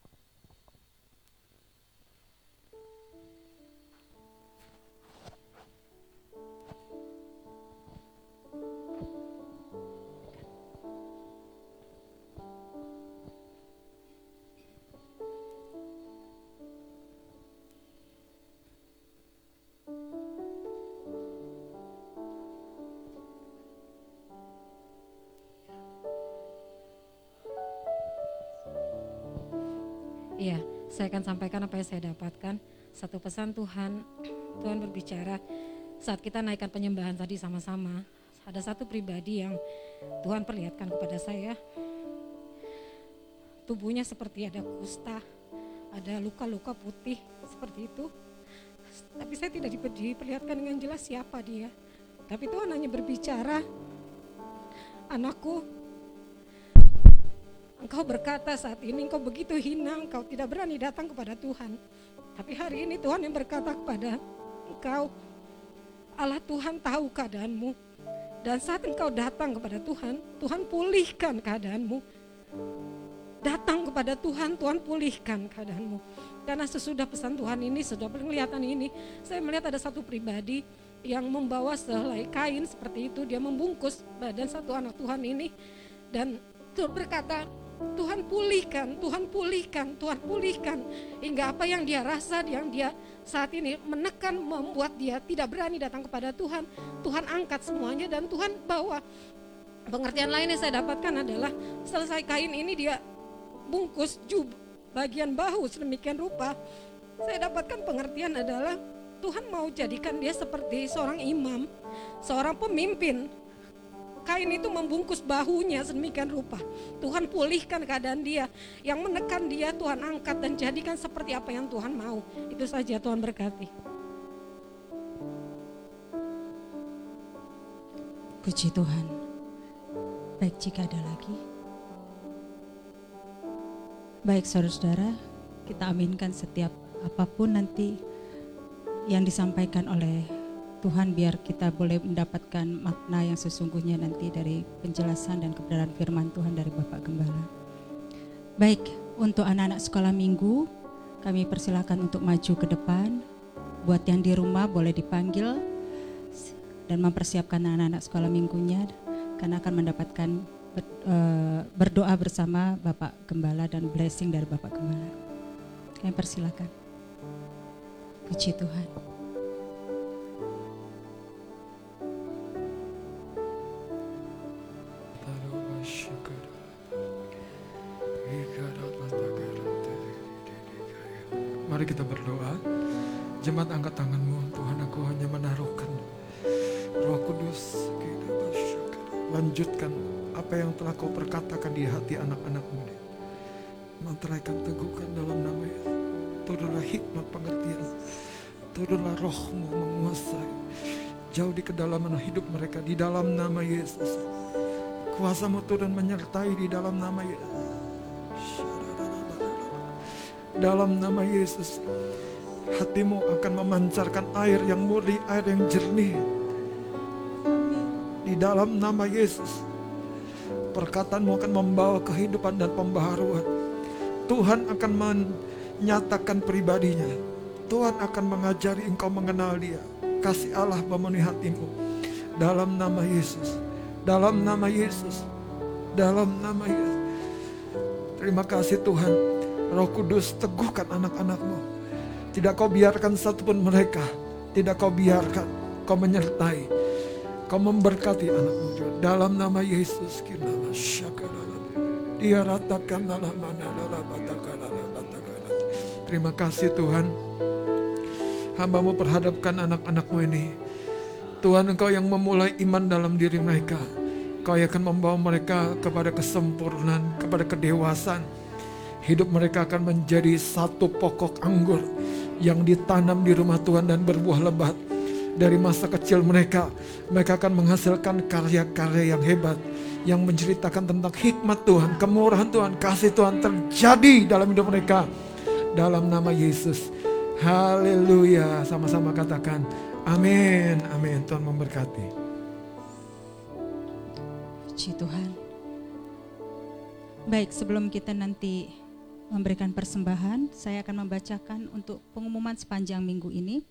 Iya, saya akan sampaikan apa yang saya dapatkan. Satu pesan Tuhan, Tuhan berbicara saat kita naikkan penyembahan tadi sama-sama. Ada satu pribadi yang Tuhan perlihatkan kepada saya. Tubuhnya seperti ada kusta, ada luka-luka putih seperti itu. Tapi saya tidak diperlihatkan dengan jelas siapa dia. Tapi Tuhan hanya berbicara, anakku, engkau berkata saat ini engkau begitu hina, engkau tidak berani datang kepada Tuhan. Tapi hari ini Tuhan yang berkata kepada engkau, Allah Tuhan tahu keadaanmu. Dan saat engkau datang kepada Tuhan, Tuhan pulihkan keadaanmu. Datang kepada Tuhan, Tuhan pulihkan keadaanmu. Karena sesudah pesan Tuhan ini, sudah penglihatan ini, saya melihat ada satu pribadi yang membawa sehelai kain seperti itu. Dia membungkus badan satu anak Tuhan ini. Dan Tuhan berkata, Tuhan pulihkan, Tuhan pulihkan, Tuhan pulihkan. Hingga apa yang dia rasa, yang dia saat ini menekan, membuat dia tidak berani datang kepada Tuhan. Tuhan angkat semuanya dan Tuhan bawa. Pengertian lain yang saya dapatkan adalah selesai kain ini dia bungkus jub bagian bahu sedemikian rupa. Saya dapatkan pengertian adalah Tuhan mau jadikan dia seperti seorang imam, seorang pemimpin. Kain itu membungkus bahunya sedemikian rupa. Tuhan pulihkan keadaan dia. Yang menekan dia Tuhan angkat dan jadikan seperti apa yang Tuhan mau. Itu saja, Tuhan berkati. Puji Tuhan. Baik, jika ada lagi. Baik saudara-saudara, kita aminkan setiap apapun nanti yang disampaikan oleh Tuhan, biar kita boleh mendapatkan makna yang sesungguhnya nanti dari penjelasan dan kebenaran firman Tuhan dari Bapak Gembala. Baik, untuk anak-anak sekolah minggu, kami persilakan untuk maju ke depan. Buat yang di rumah boleh dipanggil dan mempersiapkan anak-anak sekolah minggunya, karena akan mendapatkan berdoa bersama Bapak Gembala dan blessing dari Bapak Gembala. Kami persilakan. Puji Tuhan. hadirat-Mu. Tuhan, aku hanya menaruhkan Roh Kudus, lanjutkan apa yang telah Kau perkatakan di hati anak-anak-Mu. Mantraikan, teguhkan dalam nama Yesus. Turunlah hikmat pengertian, turunlah Roh-Mu menguasai, jauh di kedalaman hidup mereka di dalam nama Yesus. Kuasa-Mu turun menyertai di dalam nama Yesus. Dalam nama Yesus, hatimu akan memancarkan air yang murni, air yang jernih. Di dalam nama Yesus, perkataanmu akan membawa kehidupan dan pembaharuan. Tuhan akan menyatakan pribadinya. Tuhan akan mengajari engkau mengenal Dia. Kasih Allah memenuhi hatimu. Dalam nama Yesus, dalam nama Yesus, dalam nama Yesus. Terima kasih Tuhan. Roh Kudus, teguhkan anak-anak-Mu. Tidak Kau biarkan satupun mereka, tidak Kau biarkan, Kau menyertai, Kau memberkati anak-Mu juga. Dalam nama Yesus, Dia ratakan dalam mana. Terima kasih Tuhan. Hamba-Mu perhadapkan anak-anak-Mu ini. Tuhan, Engkau yang memulai iman dalam diri mereka. Kau akan membawa mereka kepada kesempurnaan, kepada kedewasaan. Hidup mereka akan menjadi satu pokok anggur yang ditanam di rumah Tuhan dan berbuah lebat. Dari masa kecil mereka, mereka akan menghasilkan karya-karya yang hebat, yang menceritakan tentang hikmat Tuhan, kemurahan Tuhan, kasih Tuhan terjadi dalam hidup mereka. Dalam nama Yesus. Haleluya. Sama-sama katakan amin. Amin. Tuhan memberkati. Puji Tuhan. Baik, sebelum kita nanti memberikan persembahan, saya akan membacakan untuk pengumuman sepanjang minggu ini.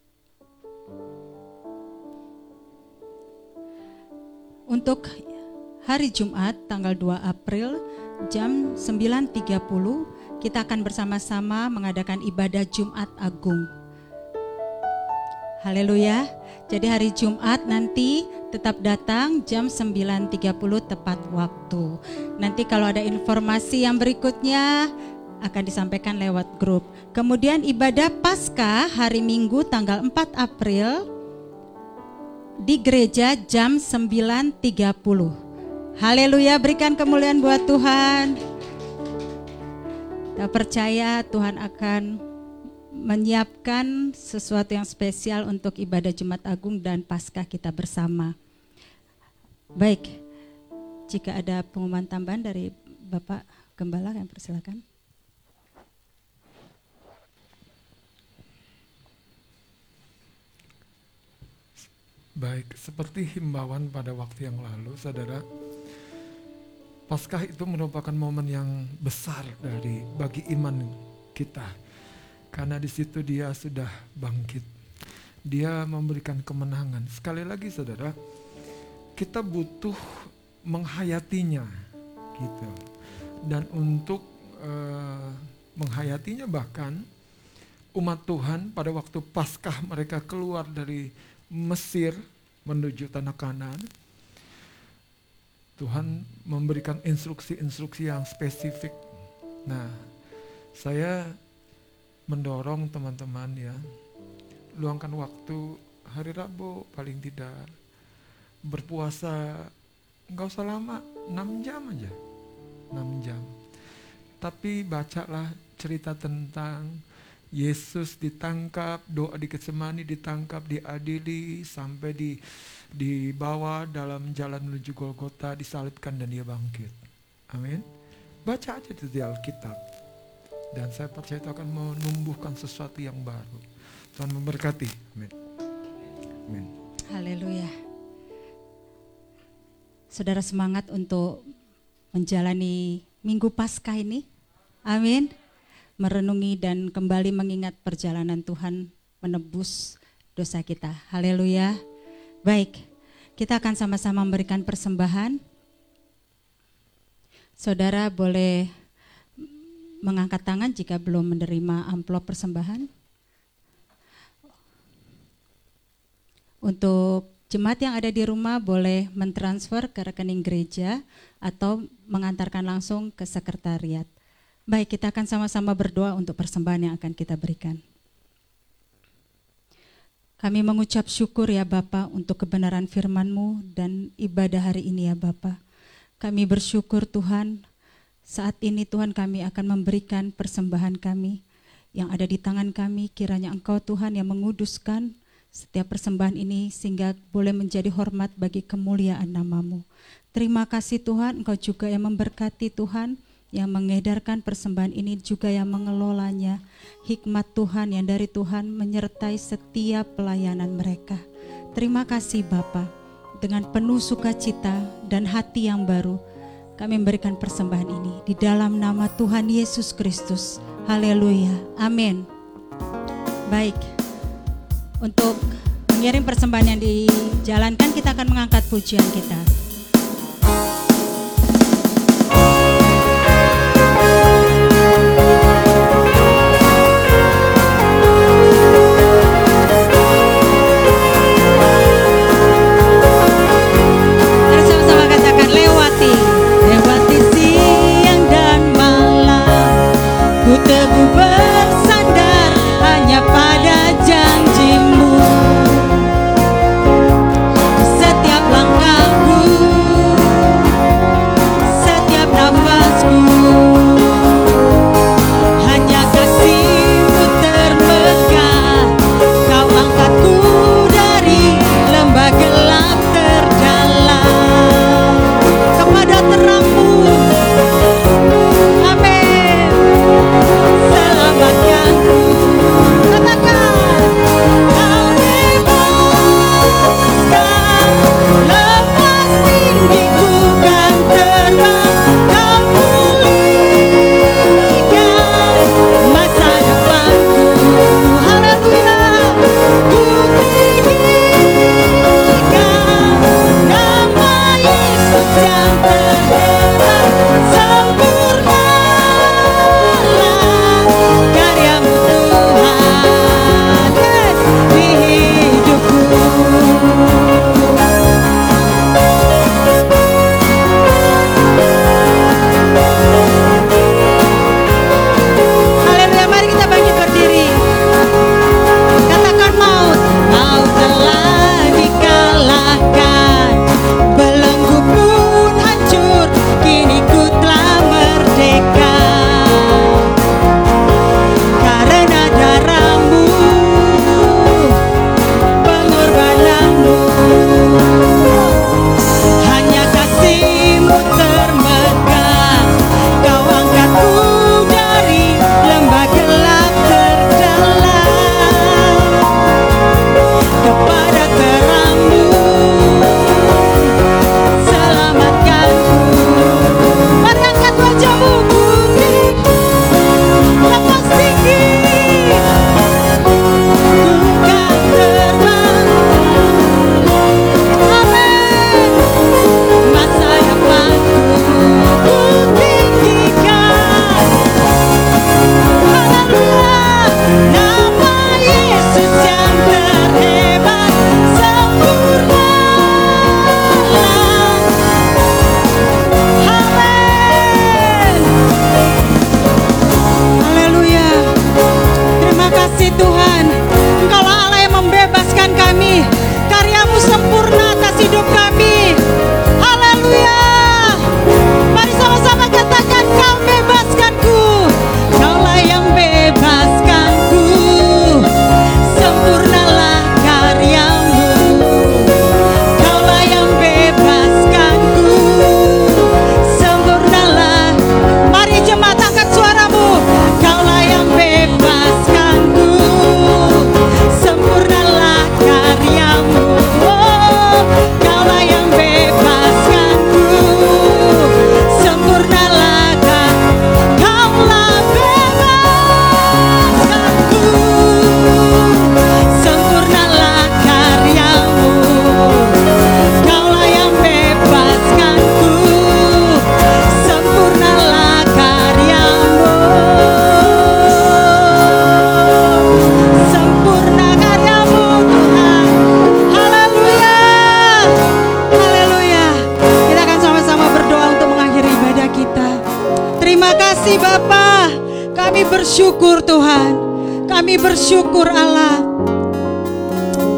Untuk hari Jumat tanggal dua April jam sembilan tiga puluh kita akan bersama-sama mengadakan ibadah Jumat Agung. Haleluya. Jadi hari Jumat nanti tetap datang jam sembilan tiga puluh tepat waktu. Nanti kalau ada informasi yang berikutnya akan disampaikan lewat grup. Kemudian ibadah Paskah hari Minggu tanggal empat April di gereja jam sembilan tiga puluh. Haleluya, berikan kemuliaan buat Tuhan. Kita percaya Tuhan akan menyiapkan sesuatu yang spesial untuk ibadah Jumat Agung dan Paskah kita bersama. Baik, jika ada pengumuman tambahan dari Bapak Gembala, yang persilakan. Baik, seperti himbauan pada waktu yang lalu, saudara, Paskah itu merupakan momen yang besar dari bagi iman kita. Karena di situ Dia sudah bangkit. Dia memberikan kemenangan. Sekali lagi saudara, kita butuh menghayatinya gitu. Dan untuk uh, menghayatinya, bahkan umat Tuhan pada waktu Paskah mereka keluar dari Mesir menuju tanah Kanaan, Tuhan memberikan instruksi-instruksi yang spesifik. Nah, saya mendorong teman-teman ya, luangkan waktu hari Rabu paling tidak berpuasa, nggak usah lama, enam jam aja, enam jam. Tapi bacalah cerita tentang Yesus ditangkap, doa di Getsemani, ditangkap, diadili, sampai di dibawa dalam jalan menuju Golgota, disalibkan dan Dia bangkit. Amin. Baca aja di Alkitab. Dan saya percaya itu akan menumbuhkan sesuatu yang baru. Tuhan memberkati. Amin. Amin. Haleluya. Saudara semangat untuk menjalani Minggu Paskah ini. Amin. Merenungi dan kembali mengingat perjalanan Tuhan menebus dosa kita. Haleluya. Baik, kita akan sama-sama memberikan persembahan. Saudara boleh mengangkat tangan jika belum menerima amplop persembahan. Untuk jemaat yang ada di rumah boleh mentransfer ke rekening gereja atau mengantarkan langsung ke sekretariat. Baik, kita akan sama-sama berdoa untuk persembahan yang akan kita berikan. Kami mengucap syukur ya Bapa untuk kebenaran firman-Mu dan ibadah hari ini ya Bapa. Kami bersyukur Tuhan, saat ini Tuhan kami akan memberikan persembahan kami yang ada di tangan kami. Kiranya Engkau Tuhan yang menguduskan setiap persembahan ini sehingga boleh menjadi hormat bagi kemuliaan nama-Mu. Terima kasih Tuhan, Engkau juga yang memberkati Tuhan, yang mengedarkan persembahan ini juga yang mengelolanya. Hikmat Tuhan yang dari Tuhan menyertai setiap pelayanan mereka. Terima kasih Bapa. Dengan penuh sukacita dan hati yang baru kami memberikan persembahan ini di dalam nama Tuhan Yesus Kristus. Haleluya. Amin. Baik. Untuk mengirim persembahan yang dijalankan, kita akan mengangkat pujian kita. Teguh bersandar hanya pada janji-Mu. Setiap langkahku, setiap nafasku, hanya kasih-Mu termegah. Kau angkatku dari lembah gelap terdalam kepada terang-Mu. Selamatkanku, katakan Kau bebaskan, lepas tinggiku kan terbang. Kau pulihkan masa depanku. Haleluya. Ku tinggikan nama Yesus yang terhebat. Sempurna karya-Mu Tuhan, yes, di hidupku. Haleluya, mari kita bangkit berdiri. Katakan maut, maut telah dikalahkan. Belenggu pun hancur, kini ku telah merdeka. Karena darah-Mu, pengorbanan-Mu, hanya kasih-Mu termegah. Kau angkatku dari lembah gelap terdalam kepada terang-Mu. Selamatkanku. Mari angkat wajah-Mu, putih, lepas tinggi. Ku kan terbang. Amin. Masa depanku ku tinggikan. Haleluya. Nama Yesus yang terhebat. Sempurnalah. Amin. Haleluya. Terima kasih Tuhan. Engkaulah Allah yang membebaskan kami. Karya-Mu sempurna atas hidup kami. Haleluya. Mari sama-sama katakan, Kau bebaskanku. Kaulah yang bebaskanku. Sempurnalah karya-Mu. Kaulah yang bebaskanku. Sempurnalah. Mari jemaat angkat suara-Mu. Kaulah yang bebaskanku. Sempurnalah karya-Mu. Oh, Kaulah yang bebaskanku. Sempurnalah kan. Kaulah bebaskanku. Sempurnalah karya-Mu. Kaulah yang bebaskanku. Sempurnalah karya-Mu. Sempurna karya-Mu Tuhan. Haleluya. Haleluya. Kita akan sama-sama berdoa untuk mengakhiri ibadah kita. Terima kasih Bapa. Kami bersyukur Tuhan. Kami bersyukur Allah.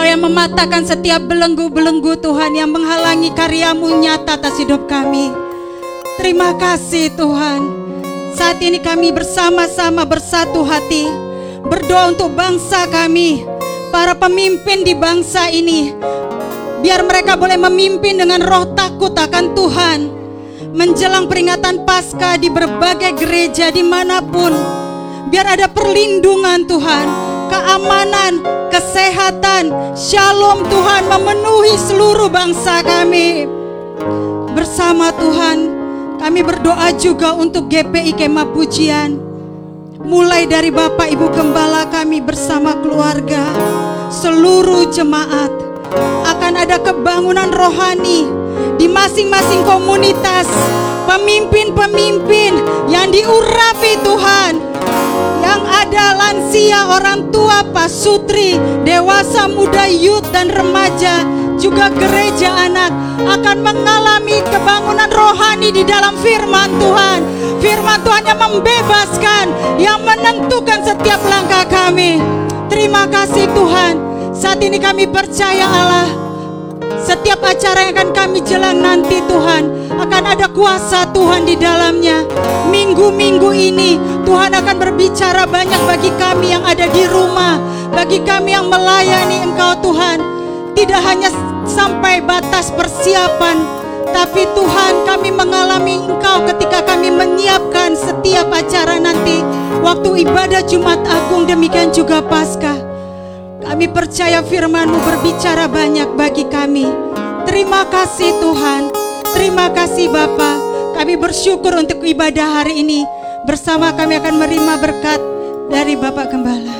Engkau yang mematahkan setiap belenggu-belenggu Tuhan yang menghalangi karya-Mu nyata atas hidup kami. Terima kasih Tuhan. Saat ini kami bersama-sama bersatu hati berdoa untuk bangsa kami, para pemimpin di bangsa ini. Biar mereka boleh memimpin dengan roh takut akan Tuhan. Menjelang peringatan Paskah di berbagai gereja dimanapun, biar ada perlindungan Tuhan, keamanan, kesehatan, shalom Tuhan memenuhi seluruh bangsa kami. Bersama Tuhan kami berdoa juga untuk G P I Kemah Pujian. Mulai dari Bapak Ibu Gembala kami bersama keluarga, seluruh jemaat, akan ada kebangunan rohani di masing-masing komunitas. Pemimpin-pemimpin yang diurapi Tuhan, yang ada lansia, orang tua, pasutri, dewasa, muda, youth dan remaja, juga gereja anak akan mengalami kebangunan rohani di dalam firman Tuhan. Firman Tuhan yang membebaskan, yang menentukan setiap langkah kami. Terima kasih Tuhan. Saat ini kami percaya Allah, setiap acara yang akan kami jelang nanti Tuhan, akan ada kuasa Tuhan di dalamnya. Minggu-minggu ini Tuhan akan berbicara banyak bagi kami yang ada di rumah, bagi kami yang melayani Engkau Tuhan. Tidak hanya sampai batas persiapan, tapi Tuhan kami mengalami Engkau ketika kami menyiapkan setiap acara nanti. Waktu ibadah Jumat Agung demikian juga Paskah. Kami percaya firman-Mu berbicara banyak bagi kami. Terima kasih Tuhan. Terima kasih Bapa. Kami bersyukur untuk ibadah hari ini. Bersama kami akan menerima berkat dari Bapak Gembala.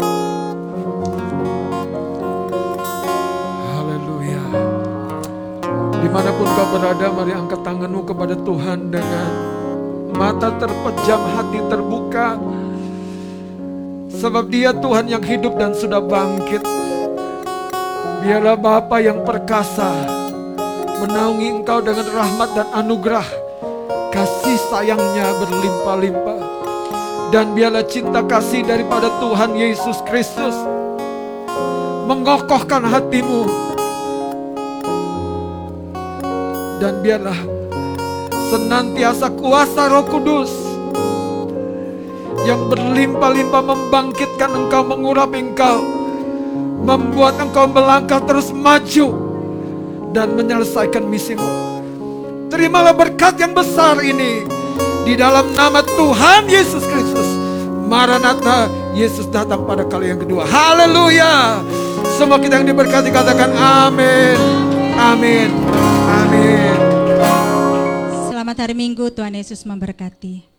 Haleluya. Dimanapun kau berada, mari angkat tanganmu kepada Tuhan dengan mata terpejam, hati terbuka. Sebab Dia Tuhan yang hidup dan sudah bangkit. Biarlah Bapa yang perkasa menaungi engkau dengan rahmat dan anugerah, kasih sayangnya berlimpah-limpah. Dan biarlah cinta kasih daripada Tuhan Yesus Kristus mengokohkan hatimu. Dan biarlah senantiasa kuasa Roh Kudus yang berlimpah-limpah membangkitkan engkau, mengurapi engkau, membuat engkau melangkah terus maju dan menyelesaikan misimu. Terimalah berkat yang besar ini di dalam nama Tuhan Yesus Kristus. Maranatha, Yesus datang pada kali yang kedua. Haleluya. Semua kita yang diberkati katakan amin. Amin. Amin. Selamat hari Minggu, Tuhan Yesus memberkati.